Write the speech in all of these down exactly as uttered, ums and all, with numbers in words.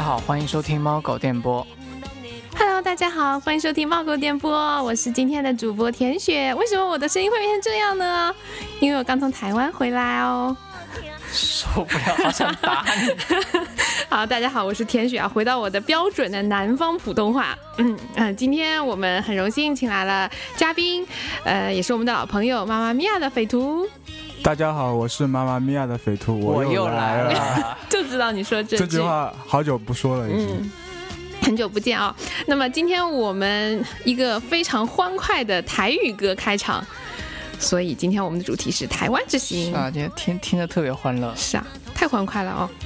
好，欢迎收听猫狗电波。 Hello， 大家好，欢迎收听猫狗电波，我是今天的主播田雪。为什么我的声音会变成这样呢？因为我刚从台湾回来哦。 受不了，好想打你。 好，大家好，我是田雪啊，回到我的标准的南方普通话。嗯嗯、呃，今天我们很荣幸请来了嘉宾，呃，也是我们的老朋友妈妈咪呀的匪徒。 大家好，我是妈妈咪呀的匪徒，我又来了。 来了就知道你说这句， 这句话好久不说了，已经。 嗯很久不见啊、哦！那么今天我们一个非常欢快的台语歌开场，所以今天我们的主题是台湾之行。 啊，今天听听着特别欢乐。 是啊，太欢快了哦！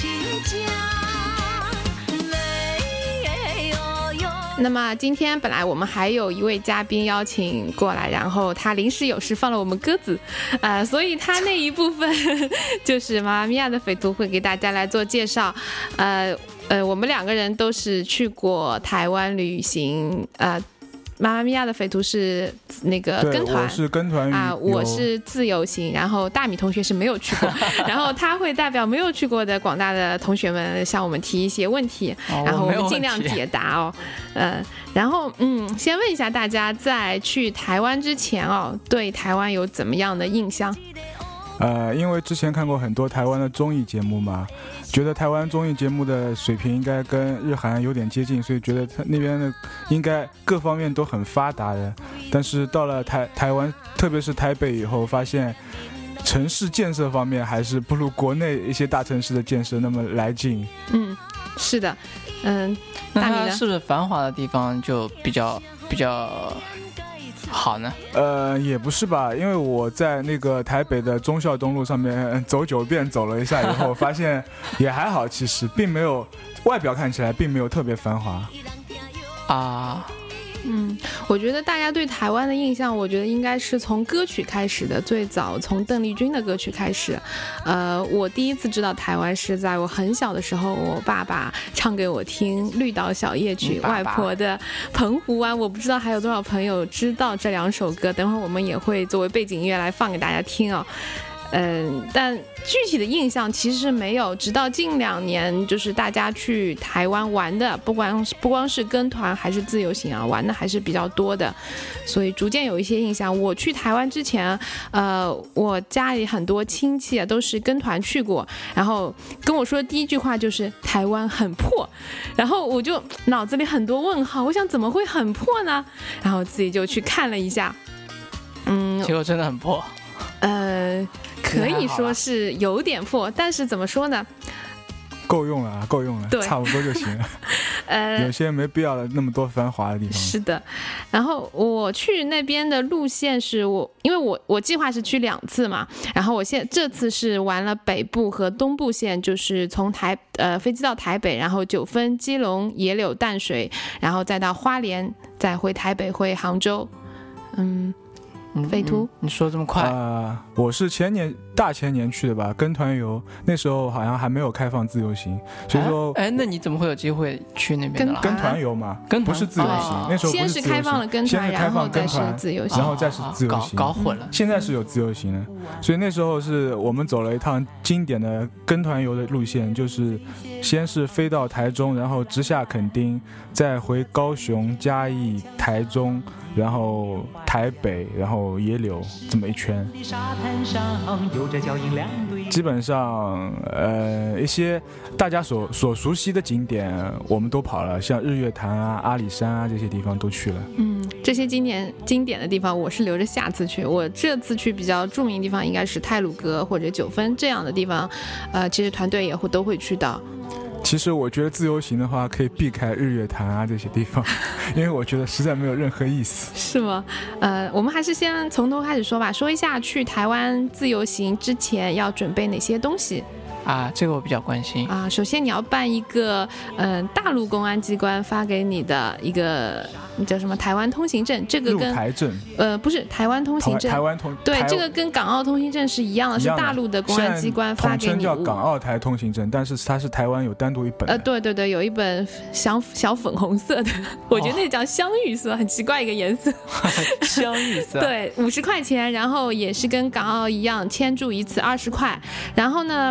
那么今天本来我们还有一位嘉宾邀请过来，然后他临时有事放了我们鸽子，呃，所以他那一部分就是妈妈咪呀的匪徒会给大家来做介绍，呃。呃，我们两个人都是去过台湾旅行，呃，妈妈咪呀的匪徒是那个跟团， 我是跟团啊、呃，我是自由行，然后大米同学是没有去过，然后他会代表没有去过的广大的同学们向我们提一些问题， 哦、 然后我们尽量解答哦，呃，然后嗯，先问一下大家，在去台湾之前哦，对台湾有怎么样的印象？ 呃，因为之前看过很多台湾的综艺节目嘛，觉得台湾综艺节目的水平应该跟日韩有点接近，所以觉得他那边的应该各方面都很发达的。但是到了台台湾，特别是台北以后，发现城市建设方面还是不如国内一些大城市的建设那么来劲。 嗯，是的，嗯， 那它是不是繁华的地方就比较比较好呢？ 呃，也不是吧，因为我在那个台北的忠孝东路上面走九遍走了一下以后，发现也还好，其实并没有，外表看起来并没有特别繁华啊。 嗯，我觉得大家对台湾的印象，我觉得应该是从歌曲开始的，最早从邓丽君的歌曲开始。呃，我第一次知道台湾是在我很小的时候，我爸爸唱给我听《绿岛小夜曲》，外婆的《澎湖湾》。我不知道还有多少朋友知道这两首歌，等会儿我们也会作为背景音乐来放给大家听哦。嗯，但具体的印象其实没有，直到近两年，就是大家去台湾玩的，不光不光是跟团还是自由行啊，玩的还是比较多的，所以逐渐有一些印象。我去台湾之前，呃，我家里很多亲戚啊都是跟团去过，然后跟我说的第一句话就是台湾很破，然后我就脑子里很多问号，我想怎么会很破呢？然后自己就去看了一下，嗯， 结果真的很破。 呃，可以说是有点破，但是怎么说呢？ 够用了啊，够用了，差不多就行了。呃，有些没必要的那么多繁华的地方。 是的，然后我去那边的路线是我，因为我我计划是去两次嘛，然后我现这次是玩了北部和东部线，就是从台呃飞机到台北，然后九份、基隆、野柳、淡水，然后再到花莲，再回台北回杭州，嗯。匪徒、嗯， 你说这么快？ 呃，我是前年大前年去的吧，跟团游，那时候好像还没有开放自由行，所以说， 哎，那你怎么会有机会去那边的？ 跟团游嘛， 跟不是自由行，哦、那时候不是自由行， 先是开放了跟团， 然后再是自由行， 然后再是自由行， 搞搞混了。 现在是有自由行了，所以那时候是我们走了一趟经典的跟团游的路线，就是先是飞到台中，然后直下垦丁，再回高雄、嘉义、台中。然后台北，然后野柳，这么一圈，基本上呃一些大家所所熟悉的景点我们都跑了，像日月潭啊、阿里山啊这些地方都去了。 嗯，这些经典经典的地方我是留着下次去，我这次去比较著名的地方应该是太鲁阁或者九份这样的地方，呃，其实团队也会都会去到。 其实我觉得自由行的话可以避开日月潭啊这些地方，因为我觉得实在没有任何意思。 是吗？呃，我们还是先从头开始说吧，说一下去台湾自由行之前要准备哪些东西。 啊，这个我比较关心啊。首先你要办一个，嗯、呃，大陆公安机关发给你的一个叫什么台湾通行证，这个跟入台证， 呃，不是台湾通行证， 台湾通对，这个跟港澳通行证是一样的，是大陆的公安机关发给你。 统称叫港澳台通行证，但是它是台湾有单独一本。 呃，对对对，有一本小小粉红色的，我觉得那叫香芋色，很奇怪一个颜色。 香芋色。 对，五十块钱，然后也是跟港澳一样，签注一次二十块。然后呢，嗯。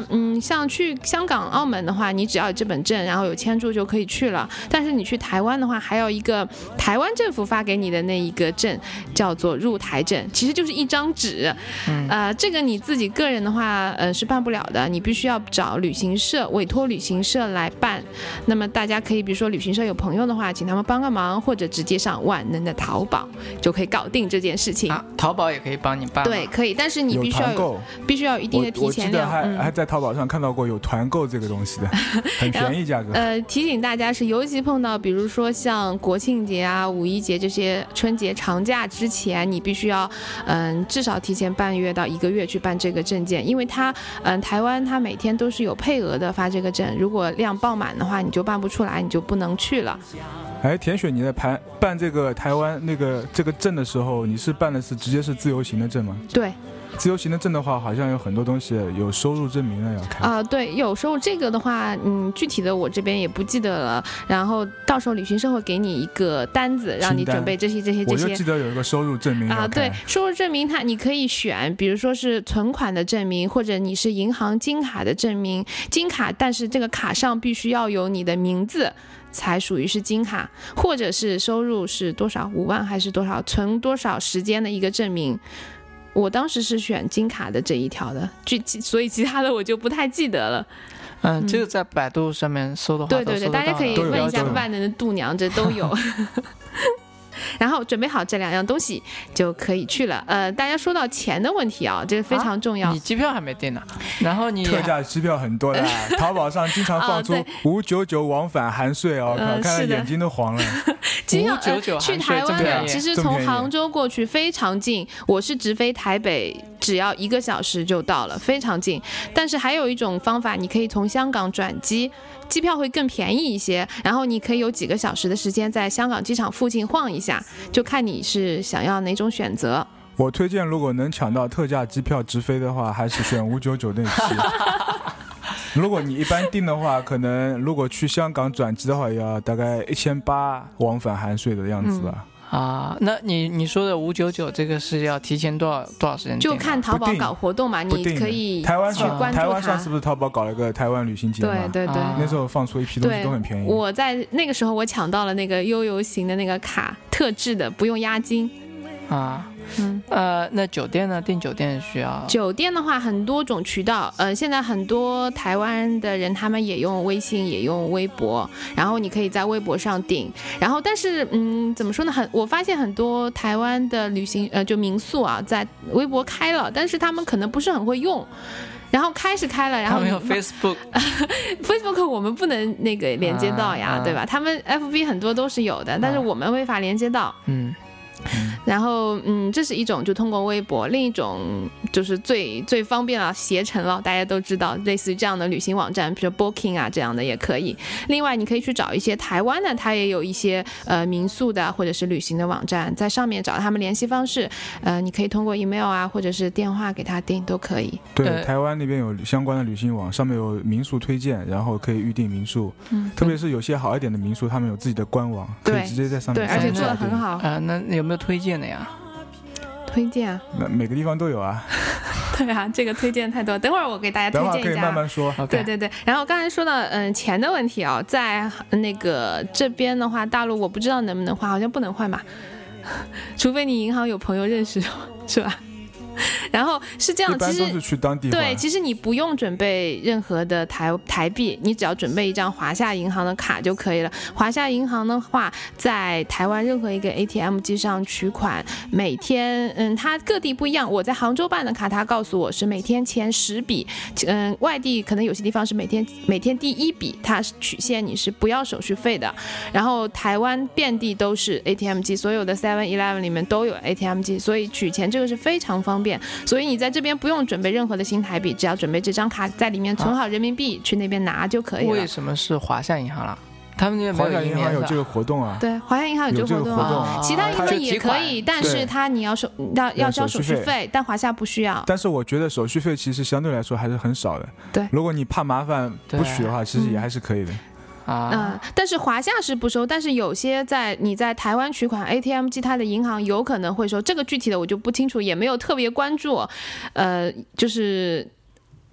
像去香港、澳门的话，你只要有这本证，然后有签注就可以去了。但是你去台湾的话，还有一个台湾政府发给你的那一个证，叫做入台证，其实就是一张纸。嗯、呃，这个你自己个人的话，呃，是办不了的，你必须要找旅行社，委托旅行社来办。那么大家可以，比如说旅行社有朋友的话，请他们帮个忙，或者直接上万能的淘宝就可以搞定这件事情。 啊，淘宝也可以帮你办。 对，可以，但是你必须要有必须要有一定的提前量。 我, 我记得还、嗯、还在淘宝上看到过有团购这个东西的，很便宜价格。 呃，提醒大家是，尤其碰到比如说像国庆节啊、五一节这些春节长假之前，你必须要嗯、呃、至少提前半月到一个月去办这个证件，因为它嗯、呃、台湾它每天都是有配额的发这个证，如果量爆满的话，你就办不出来，你就不能去了。 哎，田雪，你在办办这个台湾那个这个证的时候，你是办的是直接是自由行的证吗？ 对。 自由行的证的话，好像有很多东西有收入证明了要看啊、呃，对，有时候这个的话，嗯，具体的我这边也不记得了。然后到时候旅行社会给你一个单子，让你准备这些这些这些。 我就记得有一个收入证明啊，对，收入证明它你可以选，比如说是存款的证明，或者你是银行金卡的证明，金卡，但是这个卡上必须要有你的名字。才属于是金卡，或者是收入是多少五万还是多少，存多少时间的一个证明。我当时是选金卡的这一条的，所以其他的我就不太记得了。 嗯，嗯这个在百度上面搜的话， 对对对，大家可以问一下万能的度娘，这都有。然后准备好这两样东西就可以去了。呃，大家说到钱的问题啊，这个非常重要。 啊、你机票还没订呢，然后你特价机票很多的，淘宝上经常放出五九九往返含税哦，呃、看了眼睛都黄了。 机票、 呃、 去台湾的，其实从杭州过去非常近，我是直飞台北，只要一个小时就到了，非常近。但是还有一种方法，你可以从香港转机。机票会更便宜一些，然后你可以有几个小时的时间在香港机场附近晃一下，就看你是想要哪种选择。 我推荐如果能抢到特价机票直飞的话，还是选五九九那期。如果你一般订的话，可能如果去香港转机的话，要大概一千八往返含税的样子吧。嗯啊，那你你说的五九九这个是要提前多少多少时间？ 就看淘宝搞活动嘛，你可以台湾去关注它。 台湾上是不是淘宝搞了个台湾旅行节嘛？ 对对对， 那时候放出一批东西都很便宜。 我在那个时候我抢到了那个悠游行的那个卡，特制的，不用押金。 啊，嗯，呃，那酒店呢？订酒店需要？ 酒店的话，很多种渠道。呃，现在很多台湾的人他们也用微信，也用微博，然后你可以在微博上订。然后，但是，嗯，怎么说呢？很，我发现很多台湾的旅行，呃，就民宿啊，在微博开了，但是他们可能不是很会用。然后开是开了，然后他们有 Facebook，Facebook 我们不能那个连接到呀，啊、对吧？他们 F B 很多都是有的，但是我们没法连接到。 嗯。 然后嗯，这是一种就通过微博，另一种就是最最方便了，携程了，大家都知道，类似于这样的旅行网站，比如 Booking 啊这样的也可以。另外你可以去找一些台湾的，它也有一些呃民宿的或者是旅行的网站，在上面找他们联系方式，呃，你可以通过 email 啊或者是电话给他订都可以。 对，台湾那边有相关的旅行网，上面有民宿推荐，然后可以预订民宿，嗯，特别是有些好一点的民宿，他们有自己的官网，可以直接在上面对，而且做得很好。 呃，那有没有推荐的呀？ 推荐啊， 那每个地方都有啊。 对啊，这个推荐太多，等会儿我给大家推荐一下。 等会儿可以慢慢说。 对对对，然后刚才说到嗯钱的问题啊，在那个这边的话，大陆我不知道能不能换，好像不能换吧，除非你银行有朋友认识，是吧？然后是这样， 一般都是去当地其实对，其实你不用准备任何的台台币，你只要准备一张华夏银行的卡就可以了。华夏银行的话，在台湾任何一个 A T M 机上取款，每天嗯，它各地不一样。我在杭州办的卡，它告诉我是每天前十笔，嗯，外地可能有些地方是每天每天第一笔，它取现你是不要手续费的。然后台湾遍地都是 A T M 机，所有的 seven eleven 里面都有 A T M 机，所以取钱这个是非常方便。所以你在这边不用准备任何的新台币，只要准备这张卡在里面存好人民币，啊、去那边拿就可以了。 为什么是华夏银行了？他们那边华夏银行有这个活动啊？ 对，华夏银行有这个活动， 啊、 其他银行也可以，但是它你要收要要交手续费，但华夏不需要。 但是我觉得手续费其实相对来说还是很少的。 对， 如果你怕麻烦不取的话，其实也还是可以的。 啊、 呃，但是华夏是不收，但是有些在你在台湾取款 A T M 机，它的银行有可能会收，这个具体的我就不清楚，也没有特别关注。呃，就是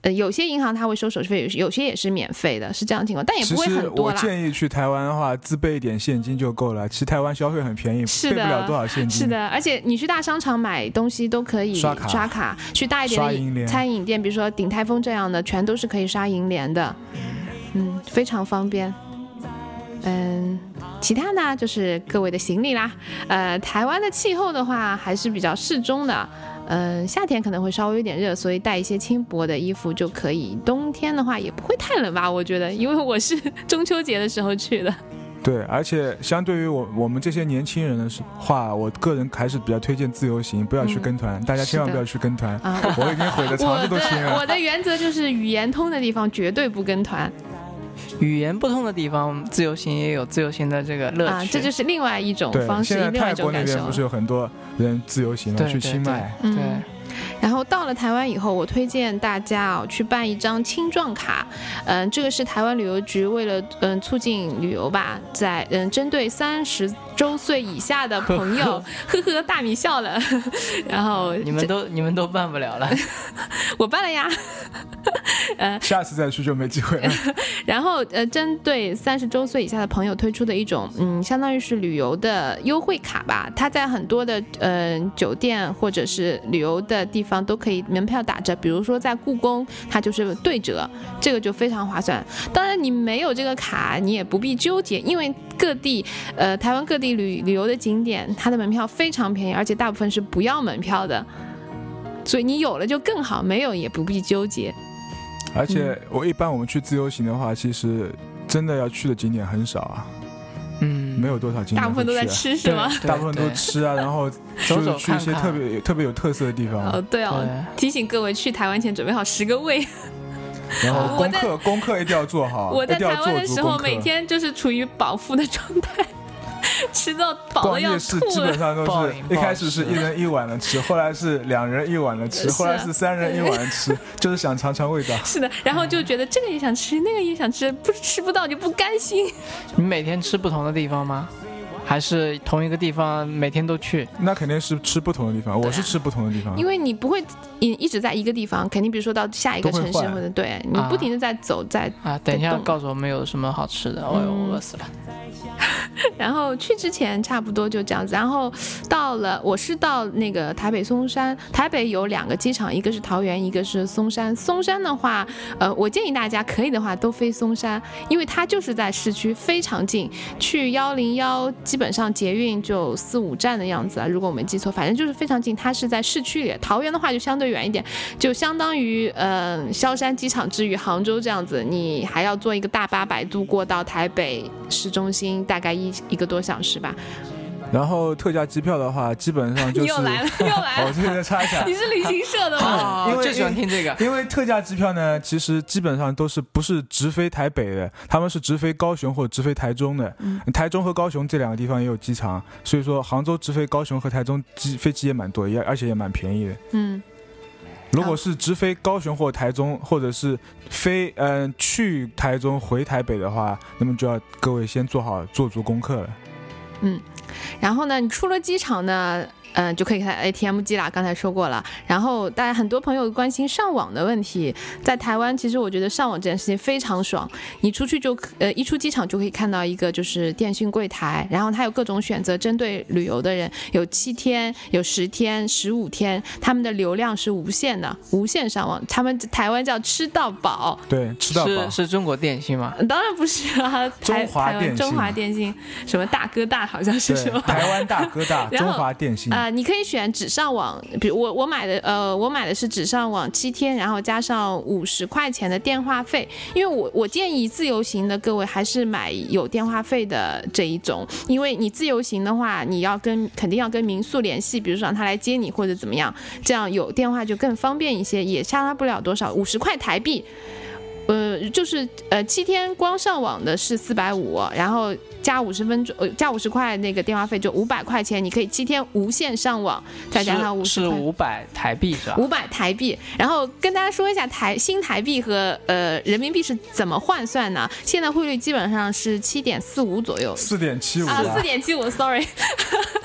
呃，有些银行它会收手续费，有些也是免费的，是这样的情况，但也不会很多啦。 其实我建议去台湾的话，自备一点现金就够了。其实台湾消费很便宜， 是的， 备不了多少现金。 是的，而且你去大商场买东西都可以刷卡， 刷卡去大一点的餐饮店，比如说鼎泰丰这样的，全都是可以刷银联的，嗯，非常方便。嗯，其他呢就是各位的行李啦。呃，台湾的气候的话还是比较适中的。嗯，夏天可能会稍微有点热，所以带一些轻薄的衣服就可以。冬天的话也不会太冷吧，我觉得，因为我是中秋节的时候去的。 对，而且相对于我我们这些年轻人的话，我个人还是比较推荐自由行，不要去跟团，嗯、大家千万不要去跟团。啊、我已经毁的肠子都青了。 我的原则就是语言通的地方绝对不跟团。 语言不通的地方，自由行也有自由行的这个乐趣， 啊、这就是另外一种方式， 另外一种感受。现在泰国那边不是有很多人自由行了，去清迈。 对。对对嗯，然后到了台湾以后，我推荐大家哦去办一张青壮卡，嗯，这个是台湾旅游局为了嗯促进旅游吧，在嗯针对三十周岁以下的朋友，呵呵，大米笑了，然后你们都你们都办不了了， 我办了呀， 呃，下次再去就没机会了。 然后呃，针对三十周岁以下的朋友推出的一种嗯，相当于是旅游的优惠卡吧，它在很多的呃酒店或者是旅游的地方都可以门票打折，比如说在故宫它就是对折，这个就非常划算。当然你没有这个卡你也不必纠结，因为各地呃台湾各地旅旅游的景点它的门票非常便宜，而且大部分是不要门票的，所以你有了就更好，没有也不必纠结。 而且我一般我们去自由行的话，其实真的要去的景点很少啊。嗯，没有多少景点、啊， 大部分都在吃是吗？ 大部分都吃啊，然后就是去一些特别特别有特色的地方。 哦，对哦，对，提醒各位去台湾前准备好十个胃。 然后功课功课一定要做好。 我在台湾的时候，每天就是处于饱腹的状态。吃到饱的要吐了。 逛夜市基本上都是一开始是一人一碗的吃，后来是两人一碗的吃，后来是三人一碗的吃，就是想尝尝味道。 是的，然后就觉得这个也想吃，那个也想吃，不吃不到就不甘心。 你每天吃不同的地方吗？还是同一个地方每天都去？ 那肯定是吃不同的地方，我是吃不同的地方。 因为你不会一直在一个地方，肯定比如说到下一个城市或者对你不停的在走、啊、在啊。等一下告诉我们有什么好吃的，哎呦，我饿死了。 然后去之前差不多就这样子，然后到了我是到那个台北松山，台北有两个机场，一个是桃园，一个是松山。松山的话，呃，我建议大家可以的话都飞松山，因为它就是在市区，非常近，去幺零幺基本上捷运就四五站的样子啊，如果我没记错，反正就是非常近，它是在市区里。桃园的话就相对远一点，就相当于呃萧山机场至于杭州这样子，你还要坐一个大巴摆渡过到台北市中心，大概一一个多小时吧。 然后特价机票的话，基本上就是你又来了，又来了。 我这边插一下， 你是旅行社的吗？ 因为最喜欢听这个。 因为特价机票呢，其实基本上都是不是直飞台北的，他们是直飞高雄或者直飞台中的。嗯、台中和高雄这两个地方也有机场，所以说杭州直飞高雄和台中机飞机也蛮多，也而且也蛮便宜的。嗯。如果是直飞高雄或台中，或者是飞嗯、呃、去台中回台北的话，那么就要各位先做好做足功课了。 嗯，然后呢，你出了机场呢，嗯、呃，就可以看 A T M 机啦，刚才说过了。然后大家很多朋友关心上网的问题，在台湾其实我觉得上网这件事情非常爽，你出去就呃一出机场就可以看到一个就是电讯柜台，然后它有各种选择，针对旅游的人有七天、有十天、十五天，他们的流量是无限的，无限上网。他们台湾叫吃到饱， 对，吃到饱是, 是中国电信吗？ 当然不是啊， 中华电信， 中华电信什么大哥大好像是什么台湾大哥大，中华电信。 呃，你可以选只上网，比如我我买的呃，我买的是只上网七天，然后加上五十块钱的电话费。因为我我建议自由行的各位还是买有电话费的这一种，因为你自由行的话，你要跟肯定要跟民宿联系，比如说让他来接你或者怎么样，这样有电话就更方便一些，也差不了多少，五十块台币。呃，就是呃七天光上网的是四百五，然后加五十分钟，呃加五十块那个电话费就五百块钱，你可以七天无限上网，再加上五十块， 是五百台币是吧？ 五百台币。然后跟大家说一下台新台币和呃人民币是怎么换算呢？现在汇率基本上是七点四五左右， 四点七五啊，四点七五 ，sorry。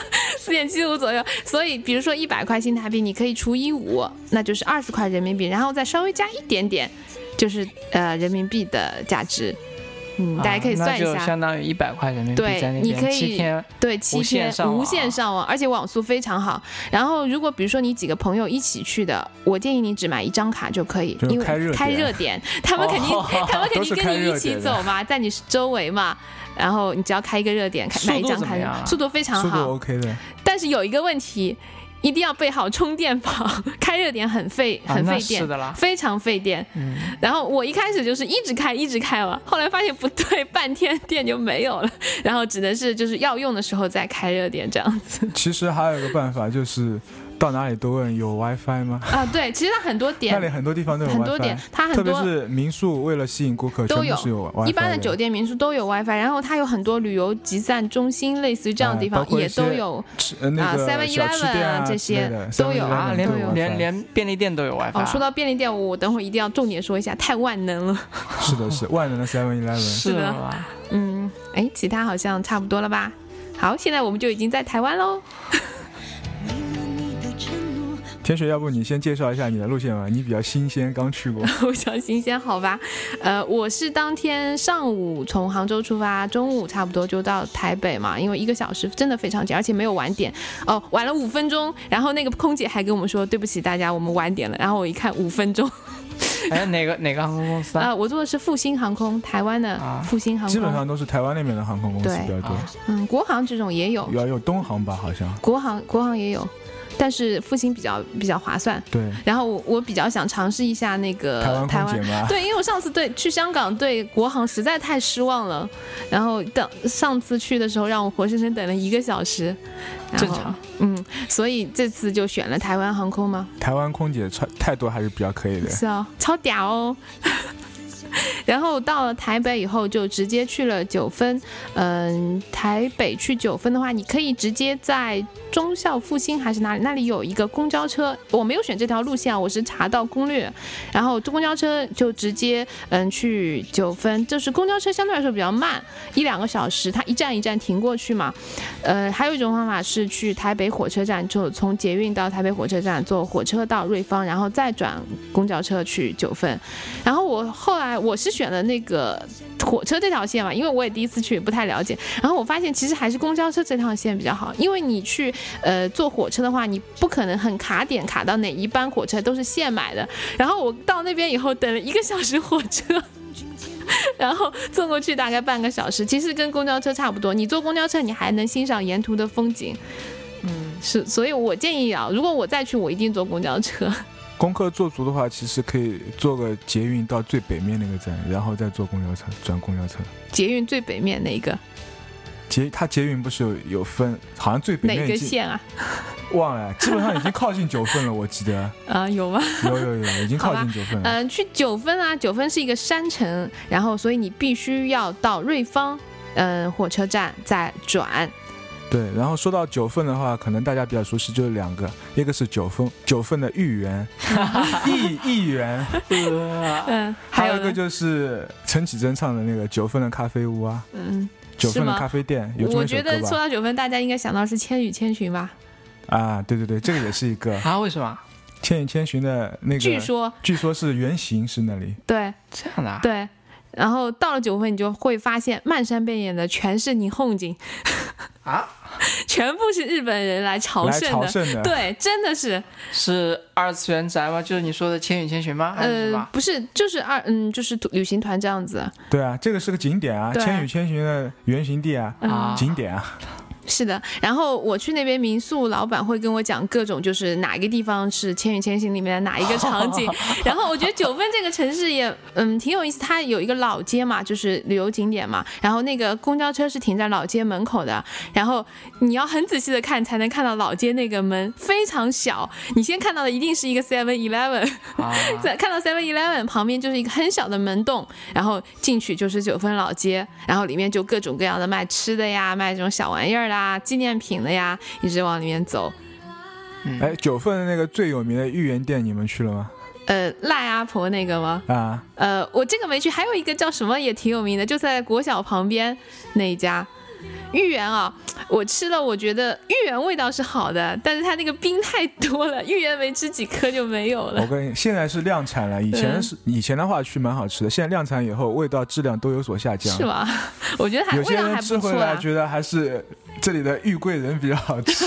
四点七五左右。所以比如说一百块新台币，你可以除以五，那就是二十块人民币，然后再稍微加一点点，就是呃人民币的价值。嗯，大家可以算一下， 啊、那就相当于一百块人民币在那边， 对，你可以七天， 对，七天无线上网，而且网速非常好。然后，如果比如说你几个朋友一起去的，我建议你只买一张卡就可以，因为开热点，他们肯定、哦、他们肯定跟你一起走嘛，在你周围嘛。然后你只要开一个热点，买一张卡，速度非常好， 速度 OK 的。 但是有一个问题。一定要备好充电宝，开热点很费很费电、 啊、 非常费电、嗯、然后我一开始就是一直开一直开了，后来发现不对，半天电就没有了，然后只能是就是要用的时候再开热点这样子。 其实还有一个办法，就是到哪里都问有 WiFi 吗？ 啊，对，其实它很多点， 那里很多地方都有 WiFi， 很多点，它很多， 特别是民宿为了吸引顾客， 都有， 全部是有 WiFi 的。 一般的酒店民宿都有 WiFi， 然后它有很多旅游集散中心，类似于这样的地方、 呃、 也都有。 呃，那个 seven eleven 啊这些都有啊，连连连便利店都有 WiFi。 哦，说到便利店，我等会儿一定要重点说一下，太万能了。 是的，是万能的 seven eleven。 是的，嗯，哎，其他好像差不多了吧？好，现在我们就已经在台湾喽。 天雪，要不你先介绍一下你的路线吧？你比较新鲜，刚去过。 我比较新鲜，好吧。呃，我是当天上午从杭州出发，中午差不多就到台北嘛，因为一个小时真的非常紧，而且没有晚点。哦，晚了五分钟，然后那个空姐还跟我们说对不起大家，我们晚点了。然后我一看五分钟。 哎，哪个哪个航空公司啊？ 呃，我坐的是复兴航空，台湾的复兴航空。 基本上都是台湾那边的航空公司比较多。 嗯，国航这种也有。 有有东航吧，好像。 国航国航也有。但是复兴比较比较划算， 对。 然后我我比较想尝试一下那个台湾空姐吗？ 对，因为我上次对去香港对国航实在太失望了，然后等上次去的时候让我活生生等了一个小时， 正常。 嗯，所以这次就选了台湾航空嘛。 台湾空姐态度还是比较可以的。 是哦，超屌哦。然后到了台北以后就直接去了九份，嗯，台北去九份的话，你可以直接在忠孝复兴还是哪里，那里有一个公交车，我没有选这条路线啊，我是查到攻略，然后公交车就直接嗯去九份，就是公交车相对来说比较慢，一两个小时，它一站一站停过去嘛。呃，还有一种方法是去台北火车站，就从捷运到台北火车站坐火车到瑞芳，然后再转公交车去九份。然后我后来我是选了那个火车这条线嘛，因为我也第一次去，不太了解。然后我发现其实还是公交车这条线比较好，因为你去呃坐火车的话，你不可能很卡点卡到哪一班火车都是现买的。然后我到那边以后等了一个小时火车。然后坐过去大概半个小时，其实跟公交车差不多。你坐公交车，你还能欣赏沿途的风景。嗯，是，所以我建议啊，如果我再去，我一定坐公交车。 功课做足的话，其实可以坐个捷运到最北面那个站，然后再坐公交车，转公交车。 捷运最北面哪一个？ 捷它捷运不是有有分，好像最北面哪个线啊？ 忘了，基本上已经靠近九份了，我记得。 啊，有吗？ 有有有，已经靠近九份了。 嗯、呃，去九份啊，九份是一个山城，然后所以你必须要到瑞芳，嗯、呃，火车站再转。 对，然后说到九份的话，可能大家比较熟悉就是两个，一个是九份九份的豫园，亿亿园， 嗯， 还有一个就是陈绮贞唱的那个九份的咖啡屋啊， 嗯， 九份的咖啡店，有这么一首歌吧？ 我觉得说到九份，大家应该想到是《千与千寻》吧？ 啊，对对对，这个也是一个啊，为什么？ 《千与千寻》的那个， 据说据说是原型是那里， 对， 这样的啊， 对。然后到了九份，你就会发现漫山遍野的全是霓虹景啊， 全部是日本人来朝圣 的, 来朝圣的对，真的是是二次元宅吗？就是你说的《千与千寻》吗？还是什么？ 呃，不是，就是二嗯，就是旅行团这样子。 对啊，这个是个景点啊，《千与千寻》的原型地啊， 嗯、 景点啊。 是的，然后我去那边民宿，老板会跟我讲各种，就是哪一个地方是《千与千寻》里面的哪一个场景。然后我觉得九份这个城市也嗯挺有意思，它有一个老街嘛，就是旅游景点嘛。然后那个公交车是停在老街门口的，然后你要很仔细的看才能看到老街那个门非常小，你先看到的一定是一个 seven eleven， 啊、 看到 seven eleven 旁边就是一个很小的门洞，然后进去就是九份老街，然后里面就各种各样的卖吃的呀，卖这种小玩意儿啦。纪念品的呀，一直往里面走。 哎、嗯，九份的那个最有名的豫园店，你们去了吗？ 呃，赖阿婆那个吗？ 啊， 呃，我这个没去，还有一个叫什么也挺有名的，就在国小旁边那一家。 芋圆啊，我吃了，我觉得芋圆味道是好的，但是它那个冰太多了，芋圆没吃几颗就没有了。 我跟你现在是量产了，以前是以前的话去蛮好吃的，现在量产以后味道质量都有所下降。 是吗？我觉得还有些味道还人吃不错啊。 回来觉得还是这里的玉桂人比较好吃。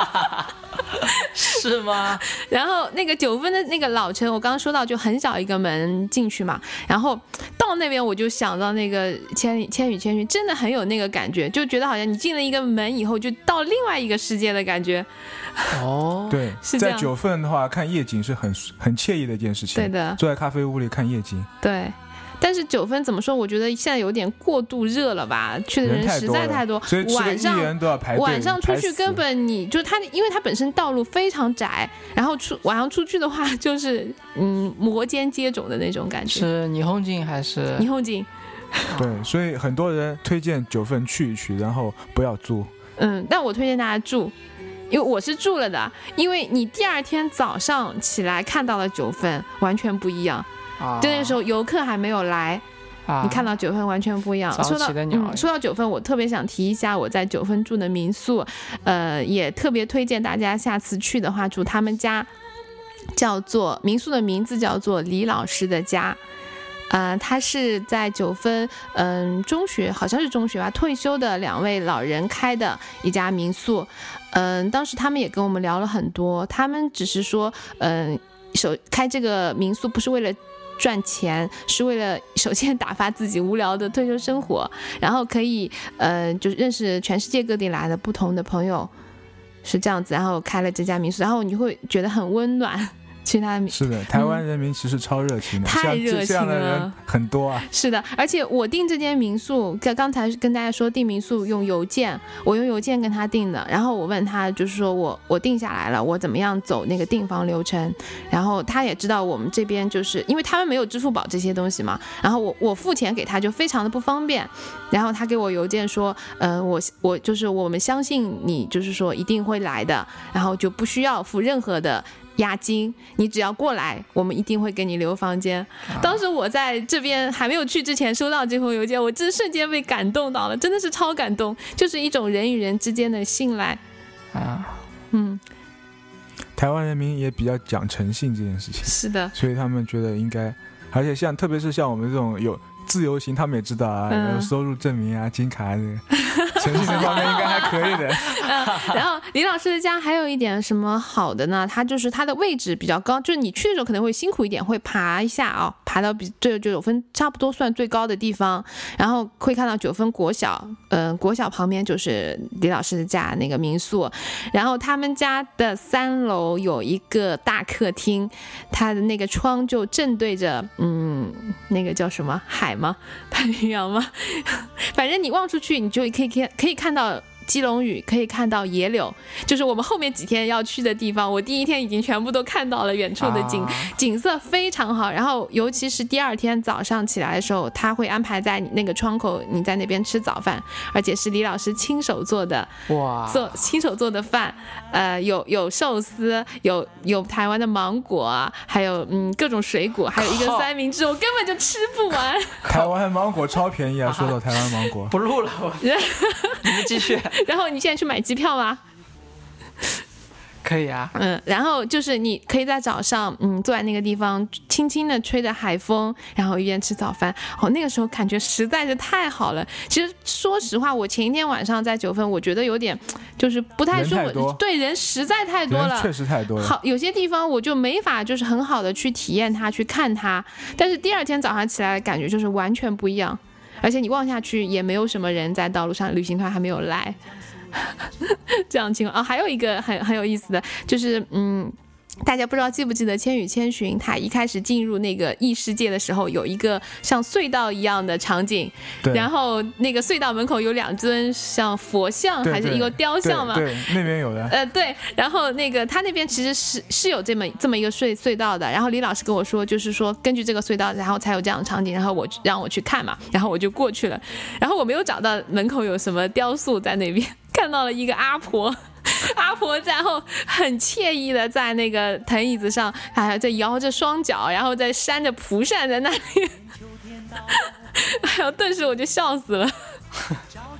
是吗？ 然后那个九份的那个老城，我刚刚说到就很小一个门进去嘛，然后到那边我就想到那个千里千与千寻，真的很有那个感觉，就觉得好像你进了一个门以后就到另外一个世界的感觉。 哦， 对， 是这样在九份的话看夜景是很很惬意的一件事情。 对的， 坐在咖啡屋里看夜景。 对。但是九份怎么说？我觉得现在有点过度热了吧，去的人实在太多， 所以晚上都要排队， 晚上出去根本你就它，因为它本身道路非常窄，然后出晚上出去的话就是嗯摩肩接踵的那种感觉。 是霓虹镜还是霓虹镜？ 对，所以很多人推荐九份去一去，然后不要住。 嗯，但我推荐大家住。因为我是住了的，因为你第二天早上起来看到了九份完全不一样。 啊， 就那个时候游客还没有来，啊，你看到九份完全不一样。 早起的鸟、 嗯、说到九份，我特别想提一下我在九份住的民宿，呃，也特别推荐大家下次去的话住他们家，叫做民宿的名字叫做李老师的家。呃，他是在九份嗯、呃、中学，好像是中学吧，退休的两位老人开的一家民宿。嗯、呃，当时他们也跟我们聊了很多，他们只是说，嗯、呃，首开这个民宿不是为了赚钱，是为了首先打发自己无聊的退休生活，然后可以呃就是认识全世界各地来的不同的朋友，是这样子，然后开了这家民宿，然后你会觉得很温暖。其他是的，台湾人民其实超热情的， 嗯、太热情了， 这样的人很多啊。 是的，而且我订这间民宿，刚才跟大家说订民宿用邮件，我用邮件跟他订的，然后我问他，就是说我我定下来了，我怎么样走那个订房流程，然后他也知道我们这边就是因为他们没有支付宝这些东西嘛，然后我我付钱给他就非常的不方便，然后他给我邮件说，嗯、呃，我我就是我们相信你，就是说一定会来的，然后就不需要付任何的押金，你只要过来，我们一定会给你留房间。啊、当时我在这边还没有去之前收到这封邮件，我真瞬间被感动到了，真的是超感动，就是一种人与人之间的信赖啊。 嗯， 台湾人民也比较讲诚信这件事情， 是的， 所以他们觉得应该，而且像特别是像我们这种有自由行，他们也知道啊，嗯、有收入证明啊、金卡啊这个。诚信这方面应该还可以的。 嗯、然后李老师的家还有一点什么好的呢？它就是它的位置比较高，就是你去的时候可能会辛苦一点，会爬一下啊、哦，爬到比这九份差不多算最高的地方，然后会看到九份国小，嗯、呃，国小旁边就是李老师的家那个民宿，然后他们家的三楼有一个大客厅，它的那个窗就正对着，嗯，那个叫什么海吗？太平洋吗？反正你望出去，你就可以看。可以看到基隆屿，可以看到野柳，就是我们后面几天要去的地方。我第一天已经全部都看到了远处的景、啊、景色非常好。然后尤其是第二天早上起来的时候，他会安排在那个窗口，你在那边吃早饭，而且是李老师亲手做的，哇，做亲手做的饭，呃，有有寿司，有有台湾的芒果啊，还有嗯各种水果，还有一个三明治，我根本就吃不完。 台湾芒果超便宜啊！说到台湾芒果， 不录了，我你们继续。 然后你现在去买机票吗？ 可以啊， 嗯，然后就是你可以在早上，嗯，坐在那个地方，轻轻的吹着海风，然后一边吃早饭。哦，那个时候感觉实在是太好了。其实说实话，我前一天晚上在九份，我觉得有点就是不太舒服，对，人实在太多了， 确实太多了。 好，有些地方我就没法就是很好的去体验它，去看它。但是第二天早上起来的感觉就是完全不一样，而且你望下去也没有什么人在道路上，旅行团还没有来。这样情况啊，还有一个很很有意思的，就是嗯，大家不知道记不记得《千与千寻》，他一开始进入那个异世界的时候，有一个像隧道一样的场景，然后那个隧道门口有两尊像佛像还是一个雕像嘛？ 对，对对那边有的。 呃，对，然后那个他那边其实是是有这么这么一个隧隧道的，然后李老师跟我说，就是说根据这个隧道，然后才有这样的场景，然后我让我去看嘛，然后我就过去了，然后我没有找到门口有什么雕塑在那边。看到了一个阿婆，阿婆然后很惬意的在那个藤椅子上，还在摇着双脚，然后在扇着蒲扇在那里，哎呦，顿时我就笑死了。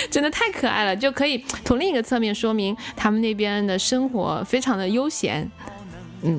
真的太可爱了，就可以从另一个侧面说明他们那边的生活非常的悠闲。嗯，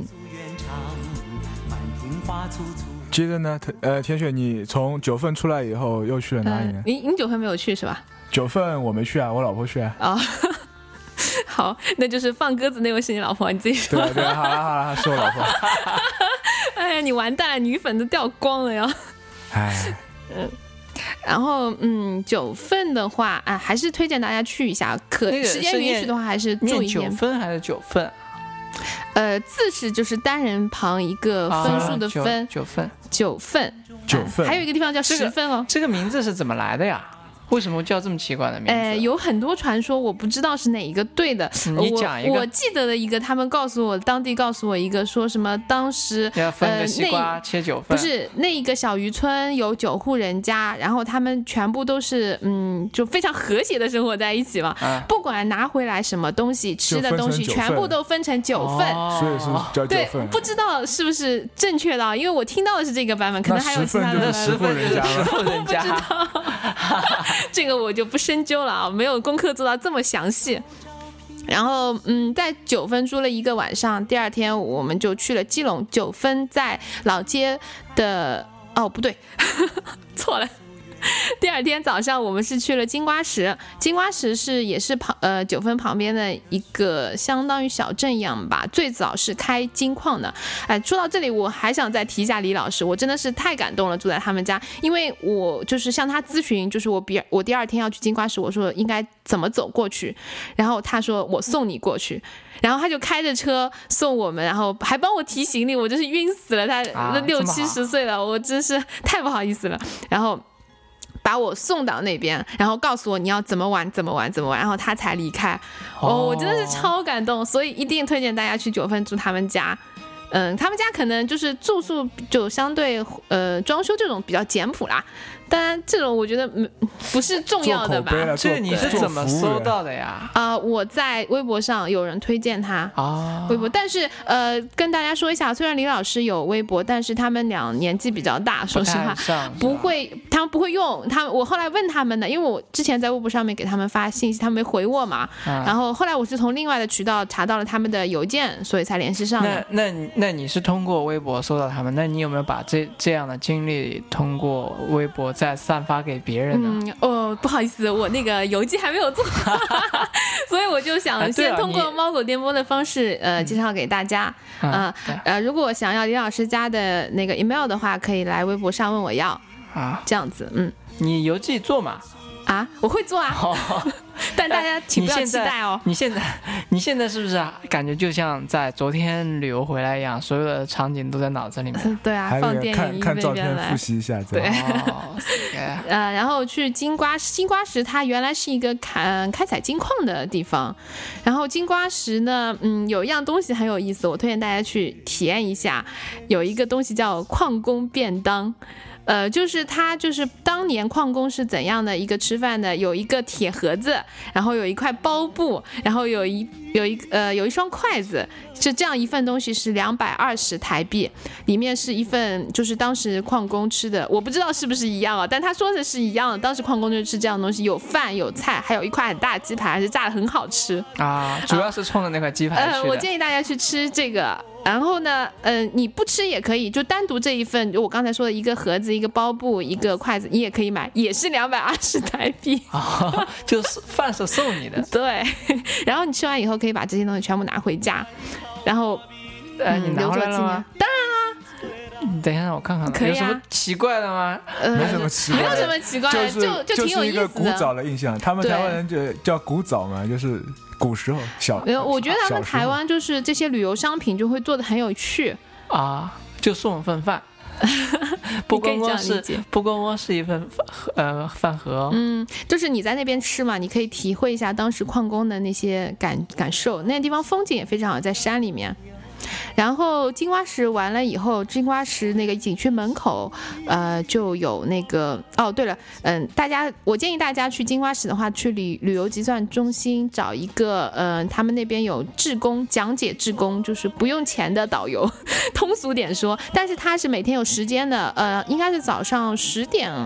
接着呢，呃，天雪，你从九份出来以后又去了哪里呢？ 呃、你你九份没有去是吧？ 九份我没去啊，我老婆去啊。 哦，好，那就是放鸽子那位是你老婆，你自己说。 对啊对啊，好了好了，是我老婆。 哎呀，你完蛋了，女粉都掉光了呀。 哎， 嗯。然后，嗯，九份的话，啊，还是推荐大家去一下。可、那个、时间允许的话，还是住一天。 九分还是九份？ 呃，字是就是单人旁一个分数的分， 啊、九份， 九份， 九份、 呃。还有一个地方叫十分哦。 这个、这个名字是怎么来的呀？为什么叫这么奇怪的名字？ 呃，有很多传说，我不知道是哪一个对的。 你讲一个。 我, 我记得的一个，他们告诉我，当地告诉我一个，说什么当时要分个西瓜、呃、切九份。 不是，那一个小渔村有九户人家，然后他们全部都是嗯，就非常和谐的生活在一起嘛。 啊、 不管拿回来什么东西，吃的东西全部都分成九份， 哦、所以是叫九份。 对，不知道是不是正确的，因为我听到的是这个版本，可能还有其他的版本。 十份就是十户人家了。 我不知道，这个我就不深究了啊，没有功课做到这么详细。然后，嗯，在九份住了一个晚上，第二天我们就去了基隆。九份在老街的，哦，不对，错了。第二天早上我们是去了金瓜石，金瓜石是也是旁呃九份旁边的一个相当于小镇一样吧，最早是开金矿的。哎，说到这里我还想再提一下李老师，我真的是太感动了，住在他们家，因为我就是向他咨询，就是我比我第二天要去金瓜石，我说应该怎么走过去，然后他说我送你过去，然后他就开着车送我们，然后还帮我提行李，我真是晕死了，他六七十岁了，我真是太不好意思了，然后把我送到那边，然后告诉我你要怎么玩怎么玩怎么玩，然后他才离开。哦，我真的是超感动，所以一定推荐大家去九份住他们家。嗯，他们家可能就是住宿就相对呃装修这种比较简朴啦，当然这种我觉得不是重要的吧。 这个你是怎么搜到的呀？ 啊、呃，我在微博上有人推荐他啊， 微博，但是呃跟大家说一下，虽然李老师有微博，但是他们俩年纪比较大，说实话不会，他们不会用。他们我后来问他们的，因为我之前在微博上面给他们发信息，他们没回我嘛，啊、然后后来我是从另外的渠道查到了他们的邮件，所以才联系上的。 那那那你是通过微博搜到他们？那你有没有把这这样的经历通过微博再散发给别人呢？ 嗯，哦，不好意思，我那个邮寄还没有做，所以我就想先通过猫狗电波的方式，呃，介绍给大家。嗯、呃呃，如果想要李老师家的那个 email 的话，可以来微博上问我要啊， 这样子，嗯， 你邮寄做嘛？ 啊，我会做啊。 哦但大家请不要期待哦。 你现在，你现在是不是感觉就像在昨天旅游回来一样，所有的场景都在脑子里面？ 对啊，放电影看看照片复习一下。 对， 哦、 呃，然后去金瓜石，金瓜石它原来是一个开开采金矿的地方，然后金瓜石呢，嗯，有一样东西很有意思，我推荐大家去体验一下，有一个东西叫矿工便当。呃，就是它就是当年矿工是怎样的一个吃饭的，有一个铁盒子，然后有一块包布，然后有一有一呃有一双筷子，是这样一份东西是两百二十台币，里面是一份就是当时矿工吃的，我不知道是不是一样啊，但他说的是一样的，当时矿工就吃这样的东西，有饭有菜，还有一块很大的鸡排，还是炸的很好吃啊，主要是冲着那块鸡排去的。 呃，我建议大家去吃这个。然后呢，嗯、呃，你不吃也可以，就单独这一份，就我刚才说的一个盒子、一个包布、一个筷子，你也可以买，也是两百二十台币， 哦、就是饭是送你的。 对，然后你吃完以后可以把这些东西全部拿回家，然后呃，你拿回来了吗？ 当然啦。等一下，我看看， 可以啊、 有什么奇怪的吗？ 呃， 没什么奇怪的， 没有什么奇怪的， 就是、 就就挺有意思的。 就是一个古早的印象，他们台湾人就叫古早嘛，就是古时候小。 没有，我觉得他们台湾就是这些旅游商品就会做的很有趣啊，就送份饭。不光光是不光光是一份呃饭盒、哦， 嗯，就是你在那边吃嘛，你可以体会一下当时矿工的那些感感受。那个地方风景也非常好，在山里面。然后金瓜石完了以后，金瓜石那个景区门口，呃，就有那个哦，对了，嗯，大家我建议大家去金瓜石的话，去旅旅游集算中心找一个，嗯、呃，他们那边有志工讲解，志工就是不用钱的导游，通俗点说，但是他是每天有时间的，呃，应该是早上十点。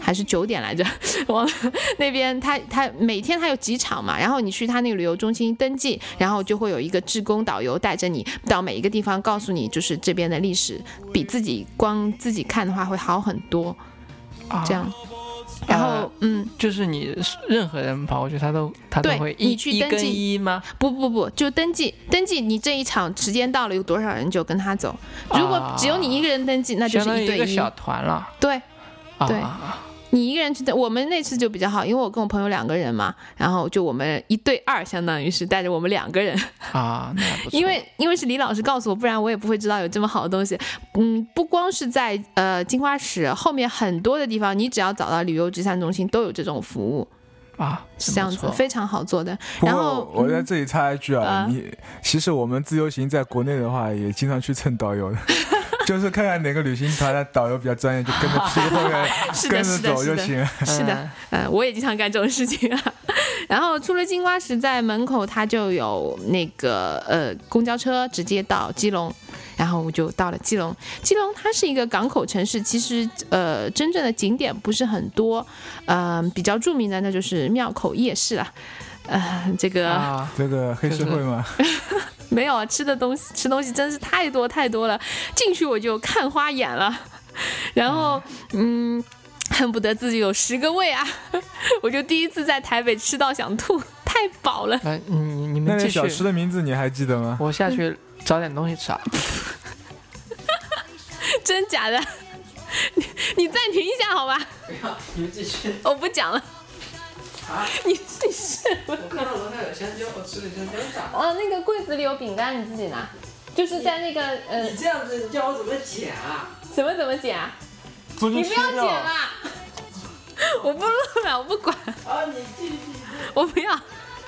还是九点来着，忘了那边他他每天他有几场嘛，然后你去他那个旅游中心登记，然后就会有一个志工导游带着你到每一个地方，告诉你就是这边的历史，比自己光自己看的话会好很多，这样。然后、呃、嗯， 就是你任何人跑过去，他都他都会一你去登记一跟一吗？ 不不不，就登记登记，你这一场时间到了，有多少人就跟他走。如果只有你一个人登记，啊、那就是一对一， 相当于一个小团了。 对对。 啊， 你一个人去登，我们那次就比较好，因为我跟我朋友两个人嘛，然后就我们一对二，相当于是带着我们两个人啊，那不错。 因为因为是李老师告诉我，不然我也不会知道有这么好的东西。嗯，不光是在呃金花石后面很多的地方，你只要找到旅游集散中心都有这种服务啊， 是这样子，非常好做的。然后我在这里插一句啊，嗯、你其实我们自由行在国内的话，也经常去蹭导游的。就是看看哪个旅行团的导游比较专业，就跟着屁股后面跟着走就行了。 是的，呃，我也经常干这种事情啊。然后出了金瓜石，在门口它就有那个呃公交车直接到基隆，然后我就到了基隆。基隆它是一个港口城市，其实呃真正的景点不是很多，嗯、呃，比较著名的那就是庙口夜市了。呃，这个、 啊、 这个黑社会吗？ 没有啊，吃的东西吃东西真是太多太多了，进去我就看花眼了，然后嗯，恨不得自己有十个胃啊！我就第一次在台北吃到想吐，太饱了。 哎，你你们那小吃的名字你还记得吗？ 我下去找点东西吃啊。 真假的？你你暂停一下好吧？ 不要，你们继续。 我不讲了。 啊！ 你你是？ 我看到楼下有香蕉，我吃了香蕉咋？ 啊，那个柜子里有饼干，你自己拿。就是在那个呃。 你这样子，你叫我怎么剪啊？ 怎么怎么剪啊？你不要剪啦！我不录了，我不管。 啊，你继续。 我不要。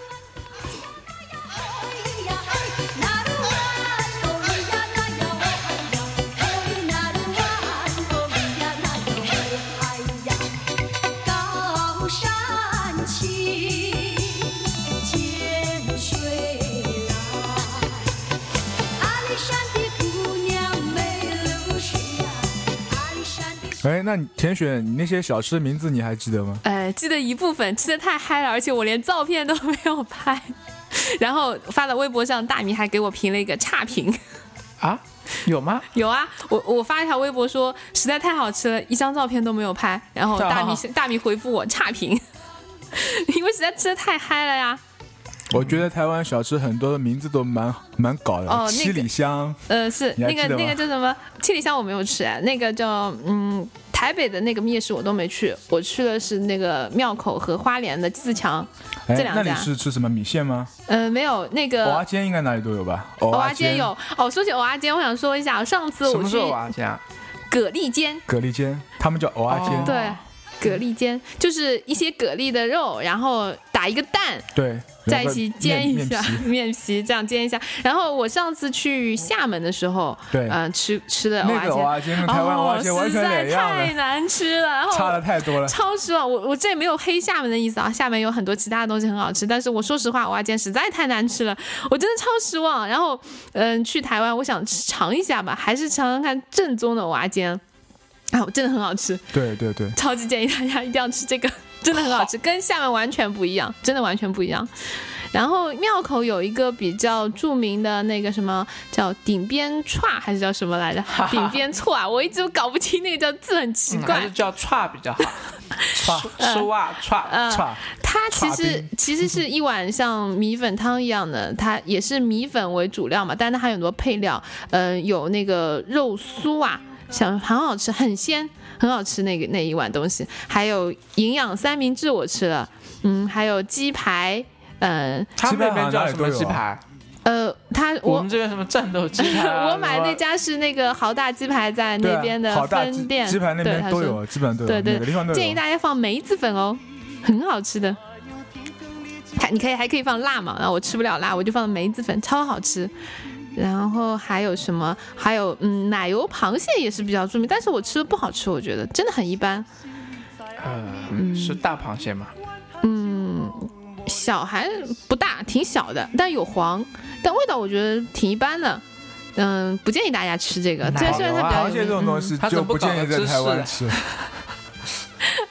哎，那你田雪，你那些小吃的名字你还记得吗？ 呃，记得一部分，吃的太嗨了，而且我连照片都没有拍，然后发到微博上，大米还给我评了一个差评。 啊？有吗？ 有啊，我我发一条微博说实在太好吃了，一张照片都没有拍，然后大米、啊、大米回复我差评，因为实在吃的太嗨了呀。 我觉得台湾小吃很多的名字都蛮蛮搞的， 哦， 七里香， 呃，是那个那个叫什么？七里香我没有吃，哎，那个叫嗯，台北的那个夜市我都没去，我去的是那个庙口和花莲的自强这两家。 那你是吃什么米线吗？ 呃，没有，那个蚵仔煎应该哪里都有吧？ 蚵仔煎有哦。说起蚵仔煎，我想说一下，上次我去什么是蚵仔煎啊？ 蛤蜊煎， 蛤蜊煎，他们叫蚵仔煎， 哦、对，蛤蜊煎就是一些蛤蜊的肉，然后打一个蛋， 对。 在一起煎一下面 皮, 皮这样煎一下。然后我上次去厦门的时候， 对， 嗯、呃，吃吃的那个蚵仔煎跟台湾蚵仔煎完全两样的， 实在太难吃了，然后差的太多了， 超失望。我我这也没有黑厦门的意思啊，厦门有很多其他的东西很好吃，但是我说实话，蚵仔煎实在太难吃了，我真的超失望。然后嗯、呃，去台湾我想尝一下吧，还是尝尝看正宗的蚵仔煎啊，真的很好吃。 对对对， 超级建议大家一定要吃这个，真的很好吃，跟厦门完全不一样，真的完全不一样。然后庙口有一个比较著名的那个什么叫顶边串还是叫什么来着？顶边错啊，我一直搞不清那个叫字，很奇怪。 嗯、还是叫串比较好。串吃袜串串。 它其实其实是一碗像米粉汤一样的，它也是米粉为主料嘛，但是它还有很多配料，嗯、呃，有那个肉酥啊，想很好吃，很鲜，很好吃那个那一碗东西。还有营养三明治我吃了，嗯，还有鸡排。嗯， 他们那边叫什么鸡排？ 呃，他我们这边什么战斗鸡排、啊？ 我买那家是那个豪大鸡排，在那边的分店， 啊、鸡排那边都有，基本上都有， 对对， 每个地方都有。 建议大家放梅子粉哦，很好吃的。你可以还可以放辣嘛，然后我吃不了辣，我就放梅子粉，超好吃。然后还有什么？还有嗯，奶油螃蟹也是比较著名，但是我吃的不好吃，我觉得真的很一般。 呃，嗯、是大螃蟹吗？ 嗯。小还不大，挺小的，但有黄，但味道我觉得挺一般的。嗯，不建议大家吃这个。虽然它比较有名， 螃蟹这种东西就不建议在台湾吃。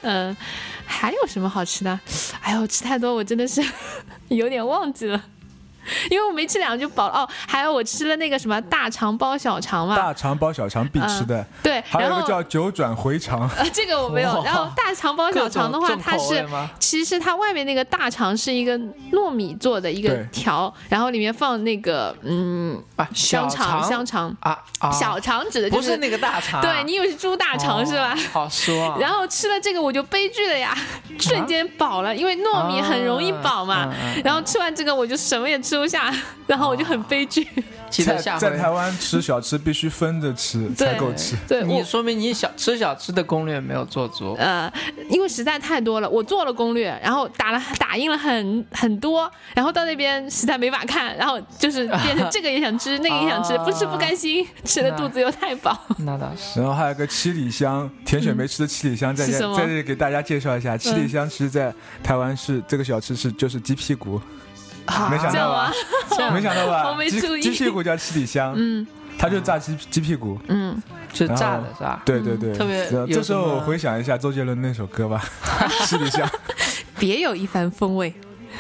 嗯，还有什么好吃的？哎呦，吃太多我真的是有点忘记了。因为我没吃两个就饱了哦，还有我吃了那个什么大肠包小肠嘛， 大肠包小肠必吃的， 嗯、对， 还有一个叫九转回肠， 呃，这个我没有。然后大肠包小肠的话，它是其实它外面那个大肠是一个糯米做的一个条，然后里面放那个嗯啊香肠香肠啊啊， 小肠指的就是不是那个大肠， 对你以为是猪大肠、哦、是吧？ 好说、啊。 然后吃了这个我就悲剧了呀，瞬间饱了，啊、因为糯米很容易饱嘛。啊嗯嗯、然后吃完这个我就什么也吃不下。然后我就很悲剧。 在在台湾吃小吃必须分着吃才够吃。 对， 你说明你小吃小吃的攻略没有做足。 呃，因为实在太多了，我做了攻略，然后打了打印了很很多，然后到那边实在没法看，然后就是变成这个也想吃，那个也想吃，不吃不甘心，吃的肚子又太饱。 那倒是。 然后还有个七里香，甜雪梅吃的七里香，在这在这里给大家介绍一下，七里香其实在台湾是这个小吃是就是鸡屁股。 啊、 没想到吧？没想到吧？ 我没注意。 鸡屁股叫七里香， 嗯， 它就炸鸡鸡屁股， 嗯， 是炸的是吧？ 对对对， 嗯、特别。 这时候我回想一下周杰伦那首歌吧，七里香， 别有一番风味。